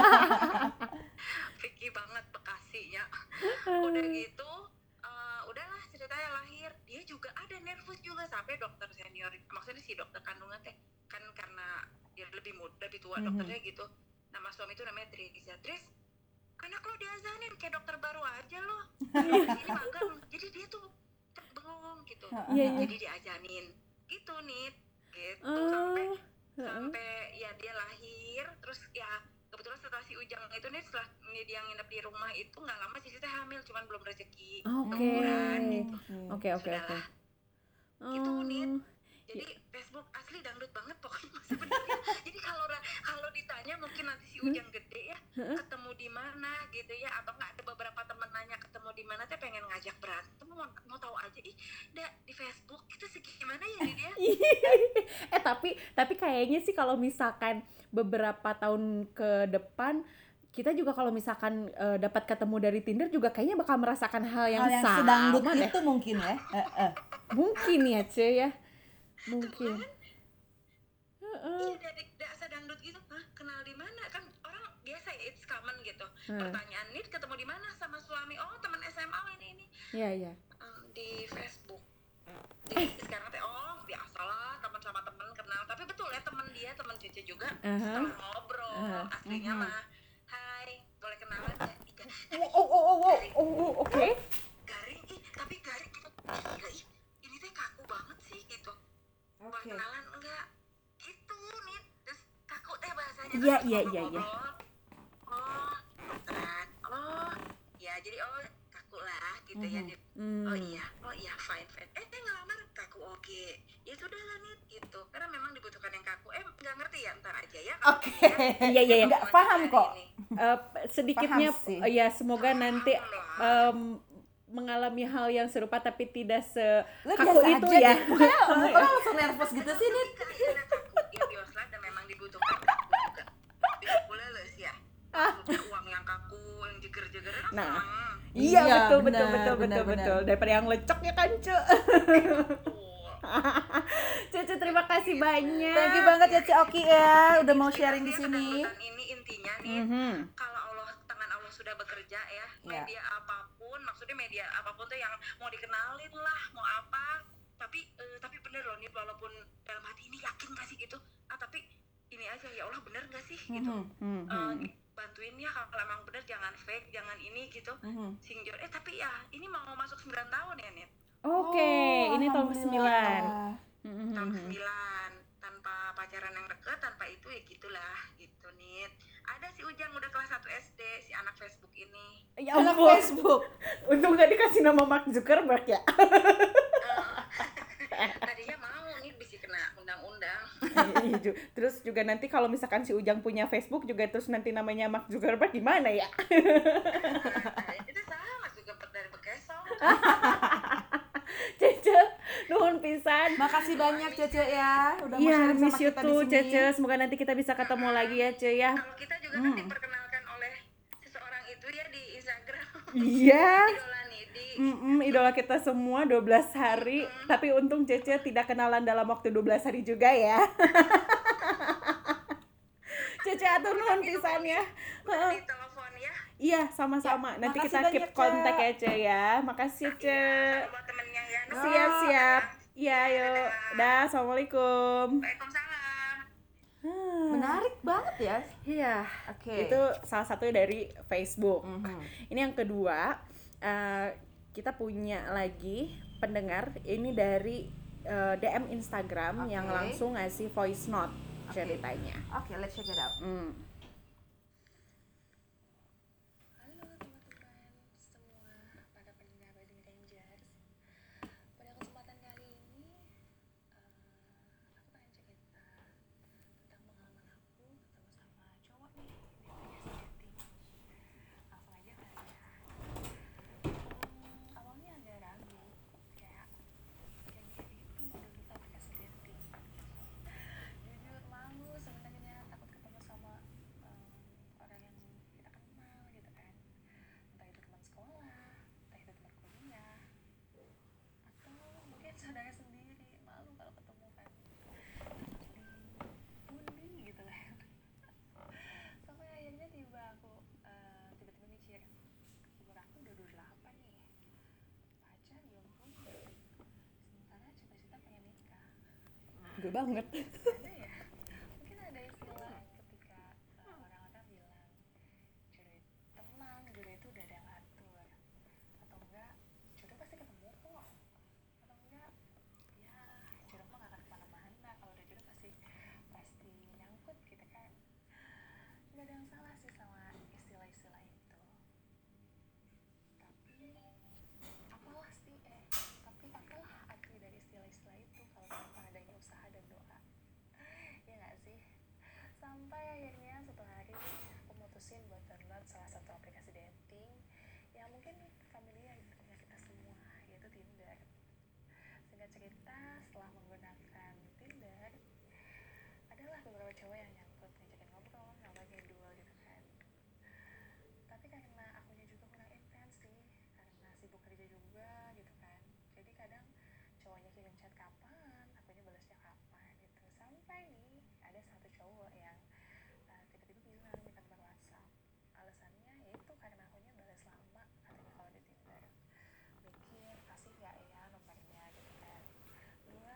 Picky banget Bekasinya. Udah gitu, udahlah ceritanya lahir. Dia juga ada nervous juga sampai dokter senior, maksudnya si dokter kandungan teh kan karena dia lebih tua dokternya gitu. Nama suami itu namanya Tris. Anak lo diazanin kayak dokter baru aja lo. Ini magang. Jadi dia tuh bengong gitu. Jadi diajanin gitu Nit. Gitu sampai ya dia lahir. Terus ya kebetulan setelah si Ujang itu nih, setelah dia nginep di rumah itu nggak lama Cici teh hamil, cuman belum rezeki ukuran gitu. Oke. Gitu Nit. Jadi Facebook asli dangdut banget pokoknya sebenarnya. Jadi kalau ditanya mungkin nanti si Ujang gede ya ketemu di mana gitu ya, atau nggak ada beberapa temen nanya ketemu di mana teh, pengen ngajak berantem, mau tahu aja di Facebook itu segimana ya dia. Tapi kayaknya sih kalau misalkan beberapa tahun ke depan kita juga kalau misalkan dapat ketemu dari Tinder juga kayaknya bakal merasakan hal yang sama sedangdut deh. itu mungkin ya. Mungkin ya Ce ya. Mungkin. Iya, dari sedangdut gitu, kenal di mana kan orang biasa ya, it's common gitu. Pertanyaan Nit ketemu di mana sama suami, oh teman SMA ini. Iya. Di Facebook. Cece juga setelah ngobrol aslinya mah, hai boleh kenalan ya? Oke. Garing tapi garing gitu, gila ini teh kaku banget sih gitu. Boleh kenalan enggak gitu nih, terus kaku teh bahasanya. Iya. Ngobrol, oh beneran, oh ya jadi kaku lah gitu ya. Oh iya fine ngelamar kaku, oke ya sudah lah nih gitu, karena memang dibutuhkan yang kaku. Nggak ngerti ya, ntar aja ya. Iya. Nggak paham kok. Sedikitnya Paham sih. ya semoga nanti mengalami hal yang serupa tapi tidak sekaku itu ya. Kok langsung nervous gitu sih nih? Ya biasa, dan memang dibutuhkan kaku juga. Bisa pula les ya. Maksudnya uang yang kaku, yang jeger-jeger. Nah, Iya, betul. benar. Daripada yang lecok ya kan, Cuk. Cece terima kasih banyak. Thank you banget ya Cik Oki ya, udah mau sharing di sini. Ini intinya nih, kalau tangan Allah sudah bekerja ya, media apapun, maksudnya media apapun tuh yang mau dikenalin lah, mau apa, tapi bener loh nih, walaupun dalam hati ini yakin gak sih gitu, tapi ini aja ya Allah bener gak sih gitu, bantuin ya kalau emang bener, jangan fake, jangan ini gitu, singjor. Tapi ya ini mau masuk 9 tahun ya Nit. Oke, ini tahun ke-9. Tahun ke-9 tanpa pacaran yang deket, tanpa itu ya gitulah gitu Nit. Ada si Ujang udah kelas 1 SD, si anak Facebook ini. Ya anak Facebook. Untung gak dikasih nama Mark Zuckerberg ya. Tadinya mau nih bisa kena undang-undang. Terus juga nanti kalau misalkan si Ujang punya Facebook juga terus nanti namanya Mark Zuckerberg gimana ya? Itu sama Zuckerberg dari Bekesong. Cece, nuhun pisan. Makasih banyak Cece ya, udah mau sharing sama miss you kita too, di sini. Cece. Semoga nanti kita bisa ketemu lagi ya, Ce ya. Kalau kita juga kan diperkenalkan oleh seseorang itu ya di Instagram. Iya. Idola Nidi. Idola kita semua 12 hari. Tapi untung Cece tidak kenalan dalam waktu 12 hari juga ya. Cece atur nuhun pisan ya. Di telepon ya. Iya, sama-sama. Ya, nanti makasih kita keep banyak, Ce. kontak ya, Ce ya. Makasih, Ce. Salam buat temennya ya. Siap. Iya, yuk. Dah, assalamualaikum. Waalaikumsalam. Menarik banget ya. Iya. Oke. Itu salah satu dari Facebook. Ini yang kedua, kita punya lagi pendengar. Ini dari DM Instagram yang langsung ngasih voice note ceritanya. Oke, let's check it out. Halo teman-teman semua, para pendengar Wedding Rangers. Pada kesempatan kali ini, aku pengen cerita tentang pengalaman aku ketemu sama cowok nih di aplikasi dating. Langsung aja kali ya. Awalnya agak ragu, kayak jangan itu mau duduk aplikasi dating. Jujur malu sebenarnya, takut ketemu sama orang yang kita kenal gitu kan, entah itu teman sekolah, entah itu teman kuliah, atau mungkin saudara sendiri. Malu kalau ketemu kan di pundi gitu kan. Sampai akhirnya tiba-tiba mikir, umur aku udah 28 nih, pacar belum punya, sementara cita-cita pengen nikah. Gue banget. Ada ya, mungkin ada istilah ketika orang-orang bilang jodoh itu udah ada yang atur, atau enggak jodoh pasti ketemu kok, atau enggak ya jodoh mah gak akan kemana-mana, kalau udah jodoh pasti nyangkut gitu kan. Gak ada yang salah sih sama istilah-istilah itu, tapi apalah arti dari istilah-istilah itu kalau tanpa adanya usaha dan doa, ya nggak sih? Sampai akhirnya suatu hari aku mutusin buat download salah satu aplikasi dating yang mungkin familiar dengan kita semua, yaitu Tinder. Singkat cerita, setelah menggunakan Tinder, adalah beberapa cowok yang nyangkut, ngajakin ngobrol, ngajakin duel gitu kan. Tapi karena akunya juga kurang intens sih, karena sibuk kerja juga gitu kan, jadi kadang cowoknya kirim chat kapan, akunya balasnya kapan gitu. Sampai nih ada satu cowok yang tiba-tiba bilang minta nomor WhatsApp. Alasannya yaitu karena akunya balas lama katanya kalau di Tinder. Mikir kasih gak ya nomornya gitu kan. Dua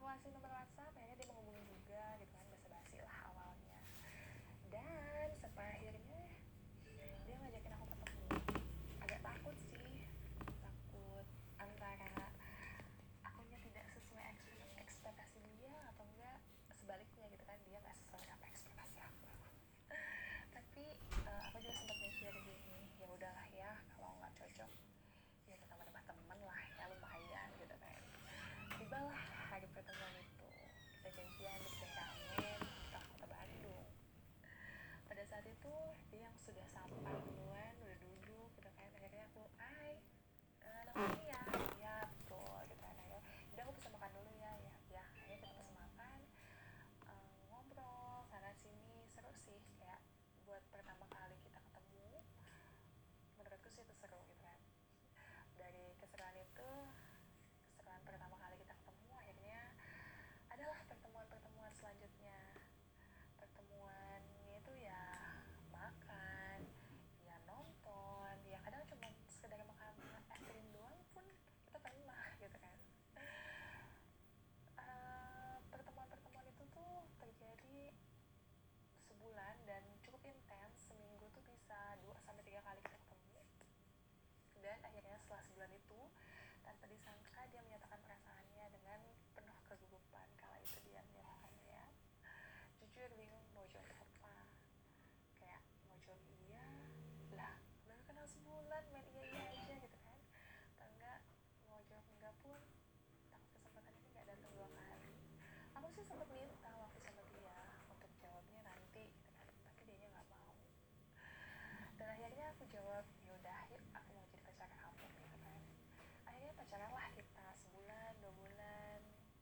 ngasih nomor WhatsApp, akhirnya dia menghubungi juga gitu kan, basa-basi lah awalnya. Dan sampai akhirnya dia ngajakin aku ketemu. Agak takut sih, takut antara akunya tidak sesuai ekspektasi dia atau enggak sebaliknya gitu kan, dia nggak sesuai apa ekspektasi aku. Tapi aku juga sempat mikir gini, ya udahlah ya, kalau nggak cocok ya kita menambah teman lah ya, lumayan gitu kan. Tibalah hari pertemuan itu, kita janjian di Ramen ke kota Bandung. Pada saat itu dia yang sudah sampai duluan, udah duduk gitu kan, akhirnya aku namanya ya betul gitu kan, akhirnya udah aku pesen makan dulu ya, akhirnya kita pesen makan, ngobrol sana sini, seru sih, kayak buat pertama kali kita ketemu, menurutku sih itu seru gitu kan. Dari keseruan pertama kali kita ketemu, akhirnya adalah pertemuan selanjutnya. Pertemuannya itu ya makan, ya nonton, ya kadang cuma sekedar makan es krim doang pun kita pernah gitu kan. Pertemuan-pertemuan itu tuh terjadi sebulan dan cukup intens. Seminggu tuh bisa 2-3 kali kita ketemu. Dan akhirnya setelah sebulan itu, tanpa disangka dia menyatakan perasaannya dengan penuh kegugupan. Kala itu dia menyatakannya, jujur bingung mau jawab apa. Kayak mau jawab iya, lah baru kenal sebulan main iya aja gitu kan. Atau enggak mau jawab enggak pun, takut kesempatan ini gak datang 2 kali. Aku sih sempat minta waktu sama dia untuk jawabnya nanti gitu kan, tapi dianya gak mau. Dan akhirnya aku jawab, yaudah yuk aku mau jadi pacar kamu gitu kan. Akhirnya pacaran lah kita sebulan 2 bulan.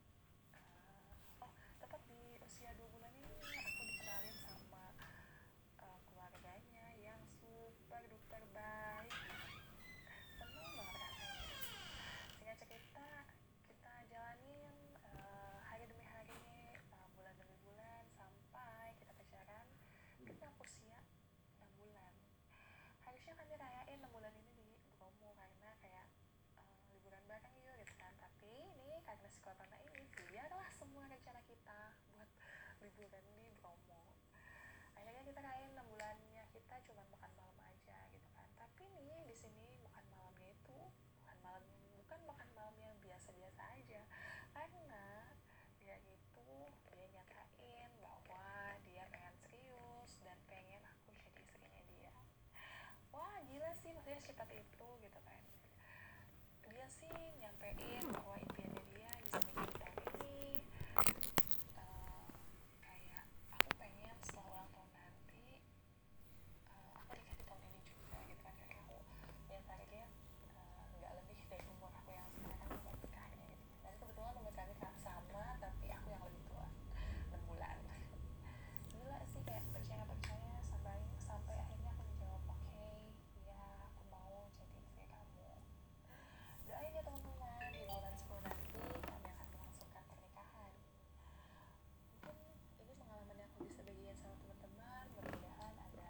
Tepat di usia 2 bulan ini aku dikenalin sama keluarganya yang super duper baik. Seneng banget rasanya. Singkat cerita, kita jalanin hari demi hari, bulan demi bulan, sampai kita pacaran genap usia 6 bulan. Harusnya kan dirayain 6 bulan ini di Bromo karena kayak liburan bareng yuk gitu kan. Tapi ini karena si corona ini, biarlah semua rencana kita buat liburan di Bromo. Akhirnya kita rayain 6 bulannya kita cuma makan malam aja gitu kan. Tapi nih di sini makan malamnya itu bukan makan malam yang biasa-biasa aja, karena dia nyatain bahwa dia pengen serius dan pengen aku jadi istrinya dia. Wah gila sih, maksudnya secepat itu gitu kan. Dia sih nyampein bahwa impiannya dia bisa nikah di tahun ini. Kayak aku pengen setelah ulang tahun nanti aku nikah di tahun ini juga gitu kan. Karena aku lihat target nggak lebih dari umur aku yang sekarang buat nikahnya gitu. Dan kebetulan umur kami sama, tapi aku yang lebih tua 6 bulan. Gila sih, kayak percaya sampai akhirnya aku dijawab oke, ya aku mau jadi istri kamu. Doain ya teman-teman, di bulan 10 nanti kami akan melangsungkan pernikahan. Mungkin ini pengalaman yang aku bisa bagikan sama teman-teman. Mudah-mudahan ada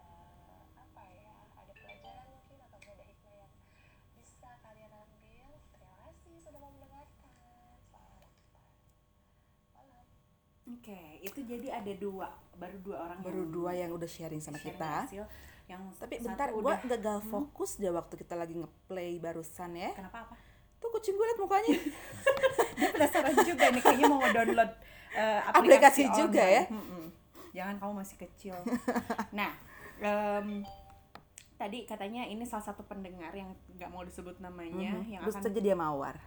ada pelajaran mungkin, atau ada hikmah yang bisa kalian ambil. Terima kasih sudah mau mendengarkan. Selamat malam. Oke, itu jadi ada baru dua orang yang udah sharing sama sharing kita. hasil, yang Tapi satu bentar, gue udah gagal fokus deh waktu kita lagi ngeplay barusan ya. Kenapa apa? Tuh kucing gue liat mukanya. Dia penasaran juga nih, kayaknya mau download Aplikasi online. juga ya. Jangan, kamu masih kecil. Nah, tadi katanya ini salah satu pendengar yang nggak mau disebut namanya, yang Terus akan dia mawar.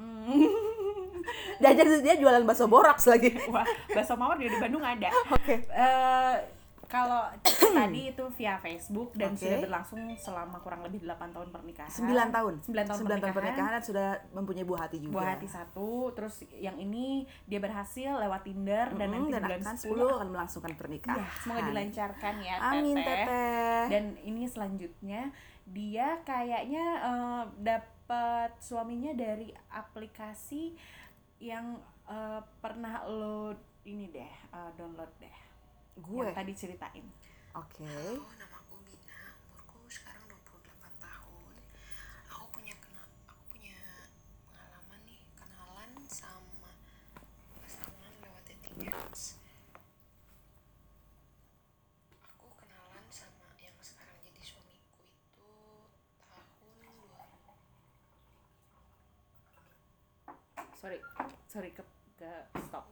Dia jualan bakso boraks lagi. wah, bakso mawar di Bandung ada. Oke. Kalau tadi itu via Facebook dan Oke. sudah berlangsung selama kurang lebih 8 tahun pernikahan. 9 tahun. 9 tahun pernikahan dan sudah mempunyai buah hati juga. Buah hati 1, terus yang ini dia berhasil lewat Tinder dan nanti dan bulan akan 10 akan melangsungkan pernikahan. ya, semoga dilancarkan ya Amin Teteh. Dan ini selanjutnya dia kayaknya dapat suaminya dari aplikasi yang pernah lo ini deh download deh. Gue. Yang tadi ceritain. Oke. Halo, nama aku Bina, umurku sekarang 28 tahun. Aku punya pengalaman nih, kenalan sama sorry ke stop.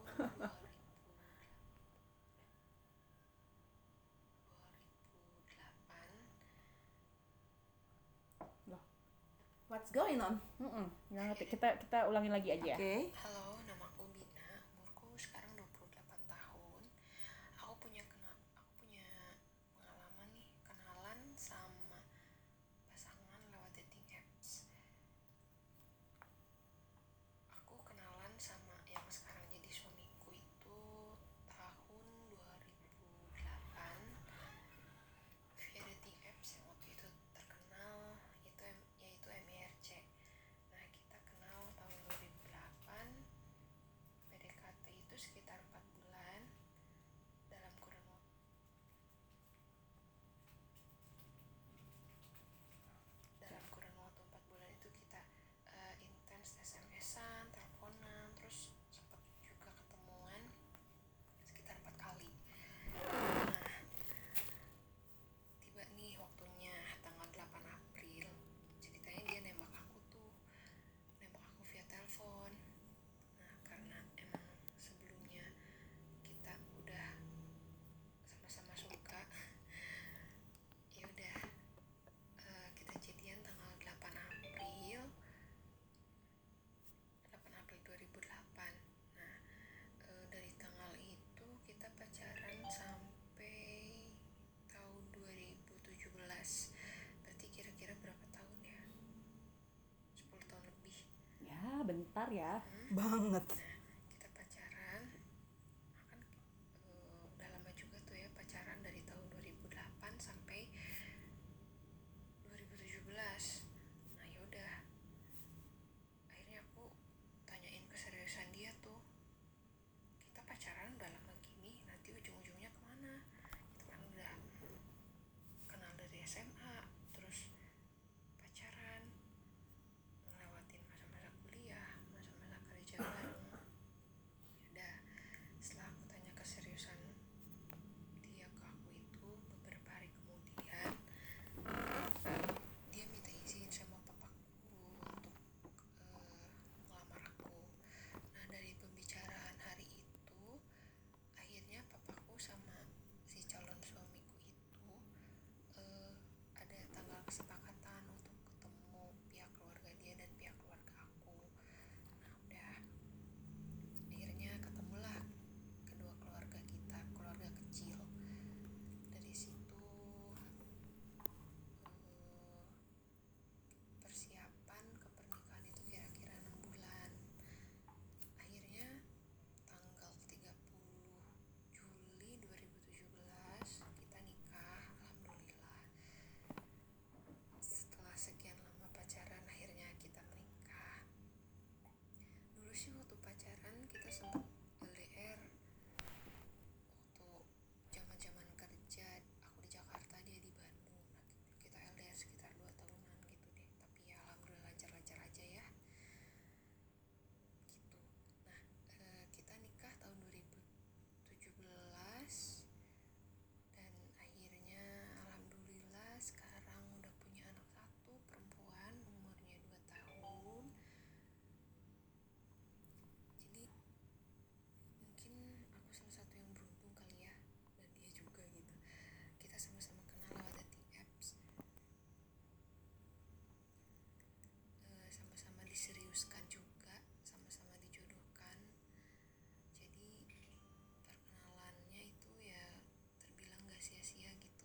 2008. Loh, What's going on? nggak ngerti. Kita ulangin lagi aja ya. Oke. Halo, namaku Bina. Umurku sekarang 28 tahun. Aku punya pengalaman nih, kenalan sama pasangan lewat dating apps. Aku kenalan sama yang sekarang jadi suamiku itu tahun 2008 via dating apps yang waktu itu terkenal yaitu MIRC. Nah, kita kenal tahun 2008, PDKT itu sekitar 4 bulan. Dalam kurun waktu dalam kurun waktu 4 bulan itu kita intens SMS-an, teleponan, terus sempat juga ketemuan sekitar 4 kali. Nah, tiba nih waktunya tanggal 8 April. Ceritanya dia nembak aku via telepon. Nah, karena emang sebelumnya kita udah sama-sama suka, ya udah kita jadian tanggal 8 April 2008. Nah, dari tanggal itu kita pacaran sampai tahun 2017. Berarti kira-kira berapa tahun ya? 10 tahun lebih. Ya, bentar ya. Banget. Kita pacaran, kan udah lama juga tuh ya pacaran dari tahun 2008 sampai 2017. Nah, yaudah, akhirnya aku tanyain keseriusan dia tuh. Kita pacaran udah lama gini, nanti ujung-ujungnya kemana? Kita kan udah kenal dari SMA, terus pacaran, ngelewatin masa-masa kuliah, masa-masa kerja bareng. Yaudah, setelah aku tanya keseriusan dia ke aku itu, beberapa hari kemudian dia minta izin sama papaku untuk ngelamar aku. Nah, dari pembicaraan hari itu, akhirnya papaku sama si calon suamiku itu ada tanggal kesepakatan untuk ketemu pihak keluarga dia dan pihak keluarga aku. Nah, udah, akhirnya ketemulah kedua keluarga kita, keluarga kecil. Dari situ persiapan ke pernikahan itu kira-kira 6 bulan. Akhirnya tanggal 30 Juli 2017 kita nikah, alhamdulillah. Setelah sekian lama pacaran, akhirnya kita menikah. Dulu sih waktu pacaran kita sempat LDR. Waktu zaman-zaman kerja, aku di Jakarta, dia di Bandung. Nah, kita LDR sekitar 2 tahunan gitu deh. Tapi ya alhamdulillah lancar-lancar aja ya. Gitu. Nah, kita nikah tahun 2017 dan akhirnya alhamdulillah sekarang udah punya anak satu, perempuan, umurnya 2 tahun. Jadi mungkin aku salah satu yang beruntung kali ya, dan dia juga gitu. Kita sama-sama kenal lewat dating apps, sama-sama diseriuskan juga, sama-sama dijodohkan. Jadi perkenalannya itu ya terbilang gak sia-sia gitu.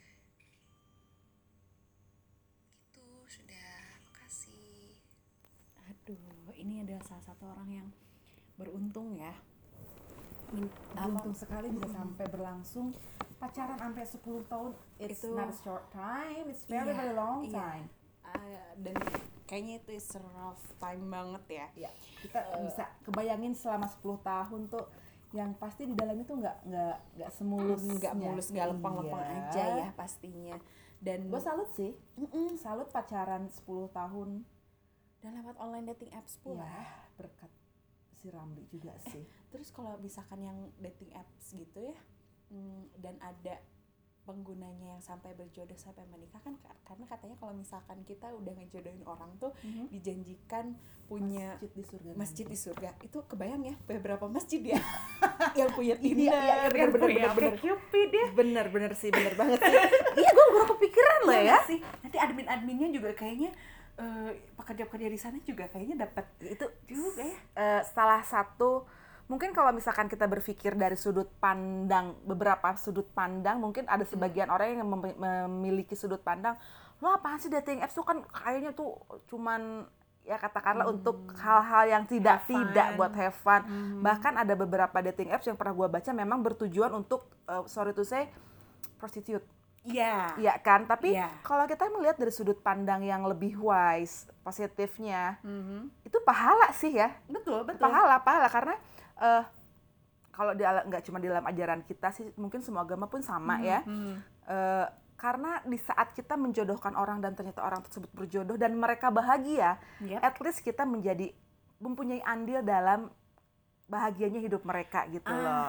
Gitu, sudah, makasih. Aduh, ini adalah salah satu orang yang beruntung ya. Beruntung sekali bisa sampai berlangsung pacaran sampai 10 tahun. It's Itu- not a short time, it's very very long time. Dan kayaknya itu is rough time banget ya. Ya, kita bisa kebayangin selama 10 tahun tuh yang pasti di dalam itu nggak semulus, Nggak mulus, nggak lempeng-lempeng aja ya pastinya. Dan Gue salut sih, salut pacaran 10 tahun. dan lewat online dating apps pula. Ya, berkat si Ramli juga sih. Terus kalau misalkan yang dating apps gitu ya, dan ada penggunanya yang sampai berjodoh sampai menikah kan karena katanya kalau misalkan kita udah ngejodohin orang tuh dijanjikan punya masjid di surga. Itu kebayang ya beberapa masjid ya yang punya Tinder, Iya, yang bener. punya Cupid ya. Bener sih, bener banget sih. Iya, gue baru kepikiran loh ya. Sih. Nanti admin-adminnya juga kayaknya pekerja-pekerja di sana juga kayaknya dapat Itu juga ya. salah satu, mungkin kalau misalkan kita berpikir dari sudut pandang, beberapa sudut pandang, mungkin ada sebagian orang yang memiliki sudut pandang, lo apaan sih dating apps tuh kan kayaknya tuh cuman ya katakanlah untuk hal-hal yang tidak buat have fun. Bahkan ada beberapa dating apps yang pernah gue baca memang bertujuan untuk sorry to say prostitute. Iya. Iya kan, tapi Iya. kalau kita melihat dari sudut pandang yang lebih wise, positifnya, itu pahala sih ya. Betul. Pahala karena kalau nggak cuma di dalam ajaran kita sih, mungkin semua agama pun sama ya. Karena di saat kita menjodohkan orang dan ternyata orang tersebut berjodoh dan mereka bahagia, at least kita mempunyai andil dalam bahagianya hidup mereka gitu loh.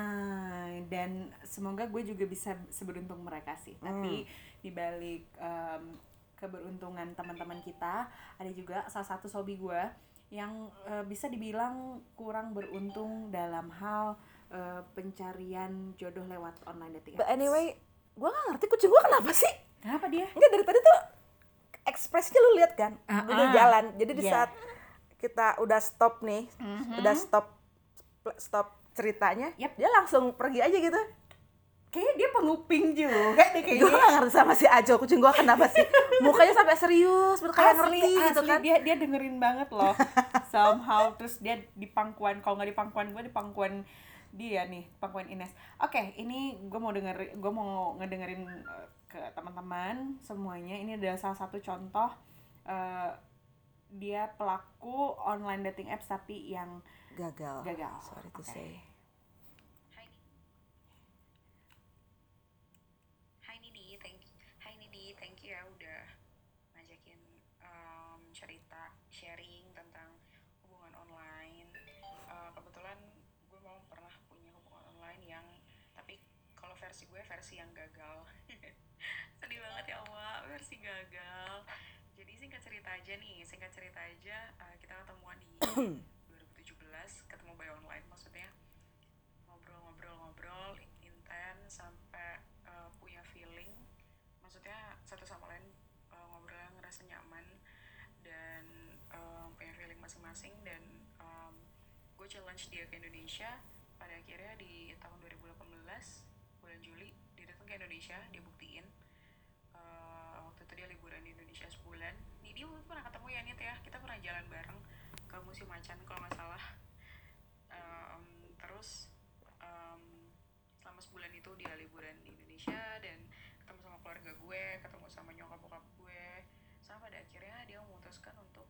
Dan semoga gue juga bisa seberuntung mereka sih. Tapi dibalik keberuntungan teman-teman kita, ada juga salah satu sobi gue yang bisa dibilang kurang beruntung dalam hal pencarian jodoh lewat online dating apps. But anyway, gue gak ngerti kucing gue kenapa sih? Kenapa dia? Enggak, dari tadi tuh ekspresinya lu lihat kan, udah jalan. Jadi di saat kita udah stop nih, udah stop ceritanya, dia langsung pergi aja gitu. Kayaknya dia penguping juga deh kayaknya. Gue gak ngerti sama si Ajo, kucing gue kenapa sih mukanya sampai serius, kayak ngerti gitu kan. Dia dengerin banget loh somehow. Terus dia di pangkuan, kalau nggak di pangkuan gue, di pangkuan dia nih, pangkuan Ines. Oke, ini gue mau ngedengerin ke teman-teman semuanya. Ini adalah salah satu contoh dia pelaku online dating apps tapi yang gagal. Sorry to say. Hai Nidi, thank you ya udah ngajakin cerita sharing tentang hubungan online. Kebetulan gue mau pernah punya hubungan online yang, tapi kalau versi gue versi yang gagal. Sedih banget ya Allah, versi gagal. Jadi singkat cerita aja, kita ketemuan di 2017, ketemu by online, maksudnya ngobrol intens sampai punya feeling, maksudnya satu sama lain ngobrol ngerasa nyaman dan punya feeling masing-masing. Dan gue challenge dia ke Indonesia. Pada akhirnya di tahun 2018 bulan Juli dia datang ke Indonesia, dia buktiin. Waktu itu dia liburan di Indonesia sebulan. Nih dia pernah ketemu ya Nit ya, kita pernah jalan bareng ke Museum Macan kalau nggak salah. Terus selama sebulan itu dia liburan di Indonesia dan ketemu sama keluarga gue, ketemu sama nyokap bokap gue, sampai pada akhirnya dia memutuskan untuk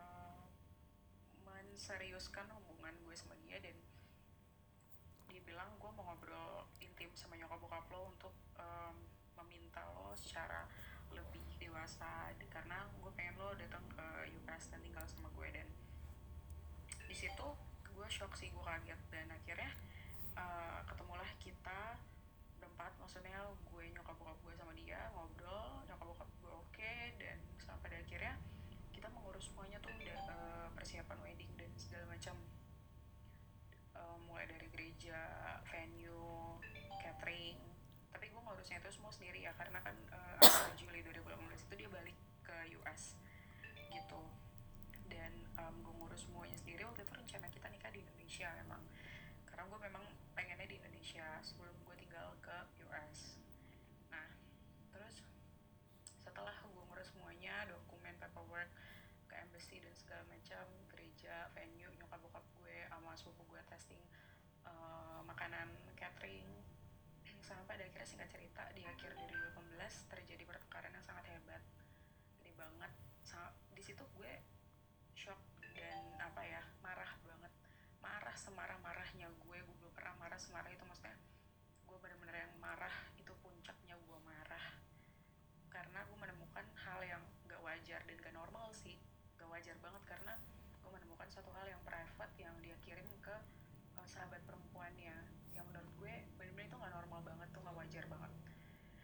menseriuskan hubungan gue sama dia. Dan dia bilang, gue mau ngobrol intim sama nyokap bokap lo untuk meminta lo secara lebih dewasa, karena gue pengen lo datang ke US dan tinggal sama gue. Dan di situ gue shock sih, gue kaget. Dan akhirnya ketemulah kita berempat, maksudnya gue, nyokap bokap gue sama dia ngobrol, nyokap bokap gue oke. Dan sampai pada akhirnya kita mengurus semuanya tuh, udah persiapan wedding dan segala macam, mulai dari gereja, venue, catering. Tapi gue ngurusnya itu semua sendiri ya, karena kan awal Juli 2018 itu dia balik ke US gitu. Dan gue ngurus semuanya sendiri. Waktu itu rencana kita nikah di Indonesia memang, karena gue memang pengennya di Indonesia sebelum gue tinggal ke US. Nah, terus setelah gue ngurus semuanya, dokumen, paperwork ke embassy dan segala macam, gereja, venue, nyokap bokap gue sama sepupu gue testing makanan, catering, sampai pada akhirnya singkat cerita di akhir 2018 terjadi pertukaran yang sangat hebat, gede banget. Di situ gue shock dan marah banget, marah semarah-marahnya gue belum pernah marah semarah itu. Maksudnya gue benar-benar yang marah, itu puncaknya gue marah karena gue menemukan hal yang gak wajar dan gak normal sih, gak wajar banget, karena gue menemukan suatu hal yang private yang dia kirim ke sahabat perempuannya, yang menurut gue benar-benar itu gak normal banget tuh, gak wajar banget.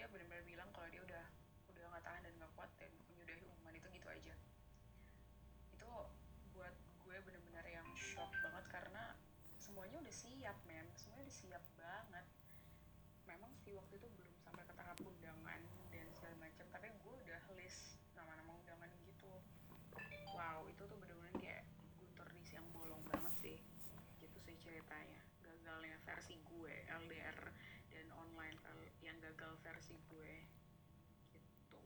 benar-benar bilang kalau dia udah nggak tahan dan nggak kuat dan menyudahi hubungan itu gitu aja. Itu buat gue benar-benar yang shock banget karena semuanya udah siap semuanya udah siap banget. Memang sih waktu itu belum sampai ke tahap undangan dan segala macam, tapi gue udah list nama-nama undangan gitu. Wow, itu tuh bener-bener kayak guntur di siang bolong banget sih. Gitu sih ceritanya, gagalnya versi gue LDR dan online yang gagal versi gue gitu.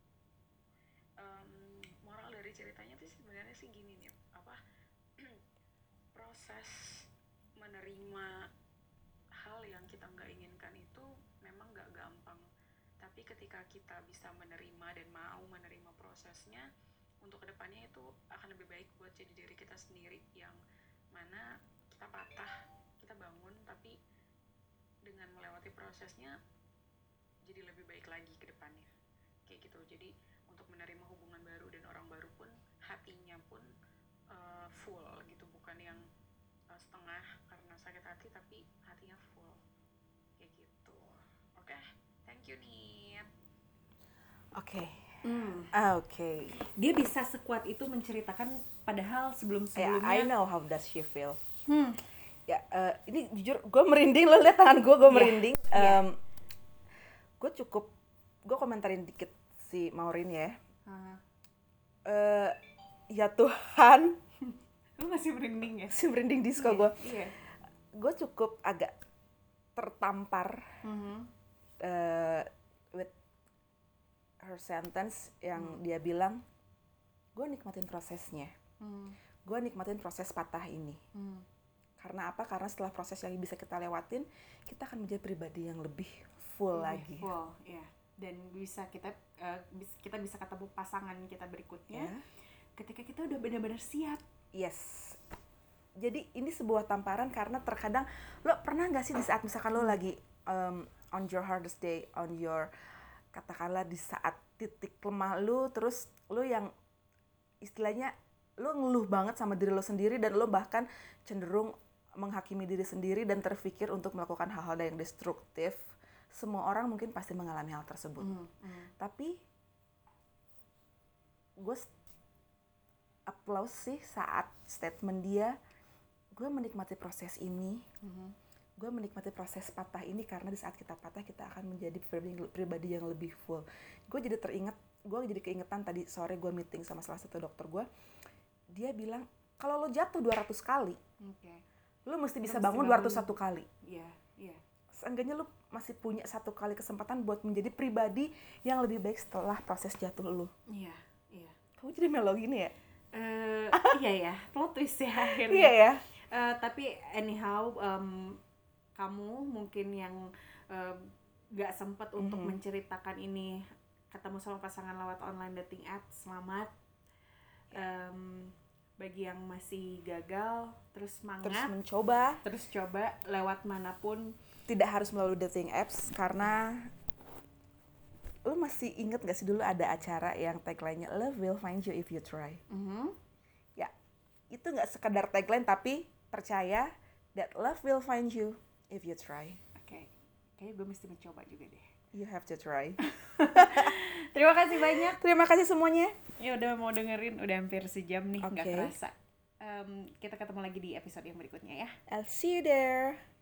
Moral dari ceritanya tuh sebenarnya sih gini nih, proses menerima hal yang kita nggak inginkan itu memang nggak gampang, tapi ketika kita bisa menerima dan mau menerima prosesnya, untuk kedepannya itu akan lebih baik buat jadi diri kita sendiri, yang mana kita patah, kita bangun, tapi dengan melewati prosesnya jadi lebih baik lagi ke depannya kayak gitu. Jadi untuk menerima hubungan baru dan orang baru pun hatinya pun full gitu, bukan yang setengah karena sakit hati, tapi hatinya full kayak gitu. Oke, thank you Nit. Oke. Dia bisa sekuat itu menceritakan padahal sebelum-sebelumnya. I know how does she feel. Ya, ini jujur gue merinding, lo lihat tangan gue merinding. Gue komentarin dikit si Maureen ya. Ya Tuhan, Lu masih merinding ya? si merinding disco gue. Iya. Gue cukup agak tertampar with her sentence yang dia bilang, gue nikmatin prosesnya. Gue nikmatin proses patah ini. Karena apa? Karena setelah proses yang bisa kita lewatin, kita akan menjadi pribadi yang lebih full lagi. Full, ya. Dan kita bisa ketemu pasangan kita berikutnya ketika kita udah benar-benar siap. Yes. Jadi ini sebuah tamparan karena terkadang lo pernah nggak sih di saat misalkan lo lagi on your hardest day, on your katakanlah di saat titik lemah lo, terus lo yang istilahnya lo ngeluh banget sama diri lo sendiri dan lo bahkan cenderung menghakimi diri sendiri dan terpikir untuk melakukan hal-hal yang destruktif. Semua orang mungkin pasti mengalami hal tersebut. Tapi gue applause sih saat statement dia, gue menikmati proses ini, gue menikmati proses patah ini karena di saat kita patah kita akan menjadi pribadi yang lebih full. Gue jadi keingetan tadi sore gue meeting sama salah satu dokter gue, dia bilang kalau lo jatuh 200 kali, lo mesti bisa bangun 201 kali. Iya. Seenggaknya lo masih punya 1 kali kesempatan buat menjadi pribadi yang lebih baik setelah proses jatuh lo. Iya. Kamu jadi melo gini ya? Iya ya, plot twist ya akhirnya. Iya ya. Tapi anyhow, kamu mungkin yang gak sempet untuk menceritakan ini, ketemu sama pasangan lewat online dating app, selamat. Bagi yang masih gagal, terus semangat, terus coba lewat manapun. Tidak harus melalui dating apps, karena lu masih inget gak sih dulu ada acara yang tagline-nya Love will find you if you try. Ya, itu gak sekedar tagline, tapi percaya that love will find you if you try. Oke, kayaknya gue mesti mencoba juga deh. You have to try. Terima kasih banyak. Terima kasih semuanya. Ya udah mau dengerin, udah hampir sejam nih, Oke. nggak kerasa. Kita ketemu lagi di episode yang berikutnya ya. I'll see you there.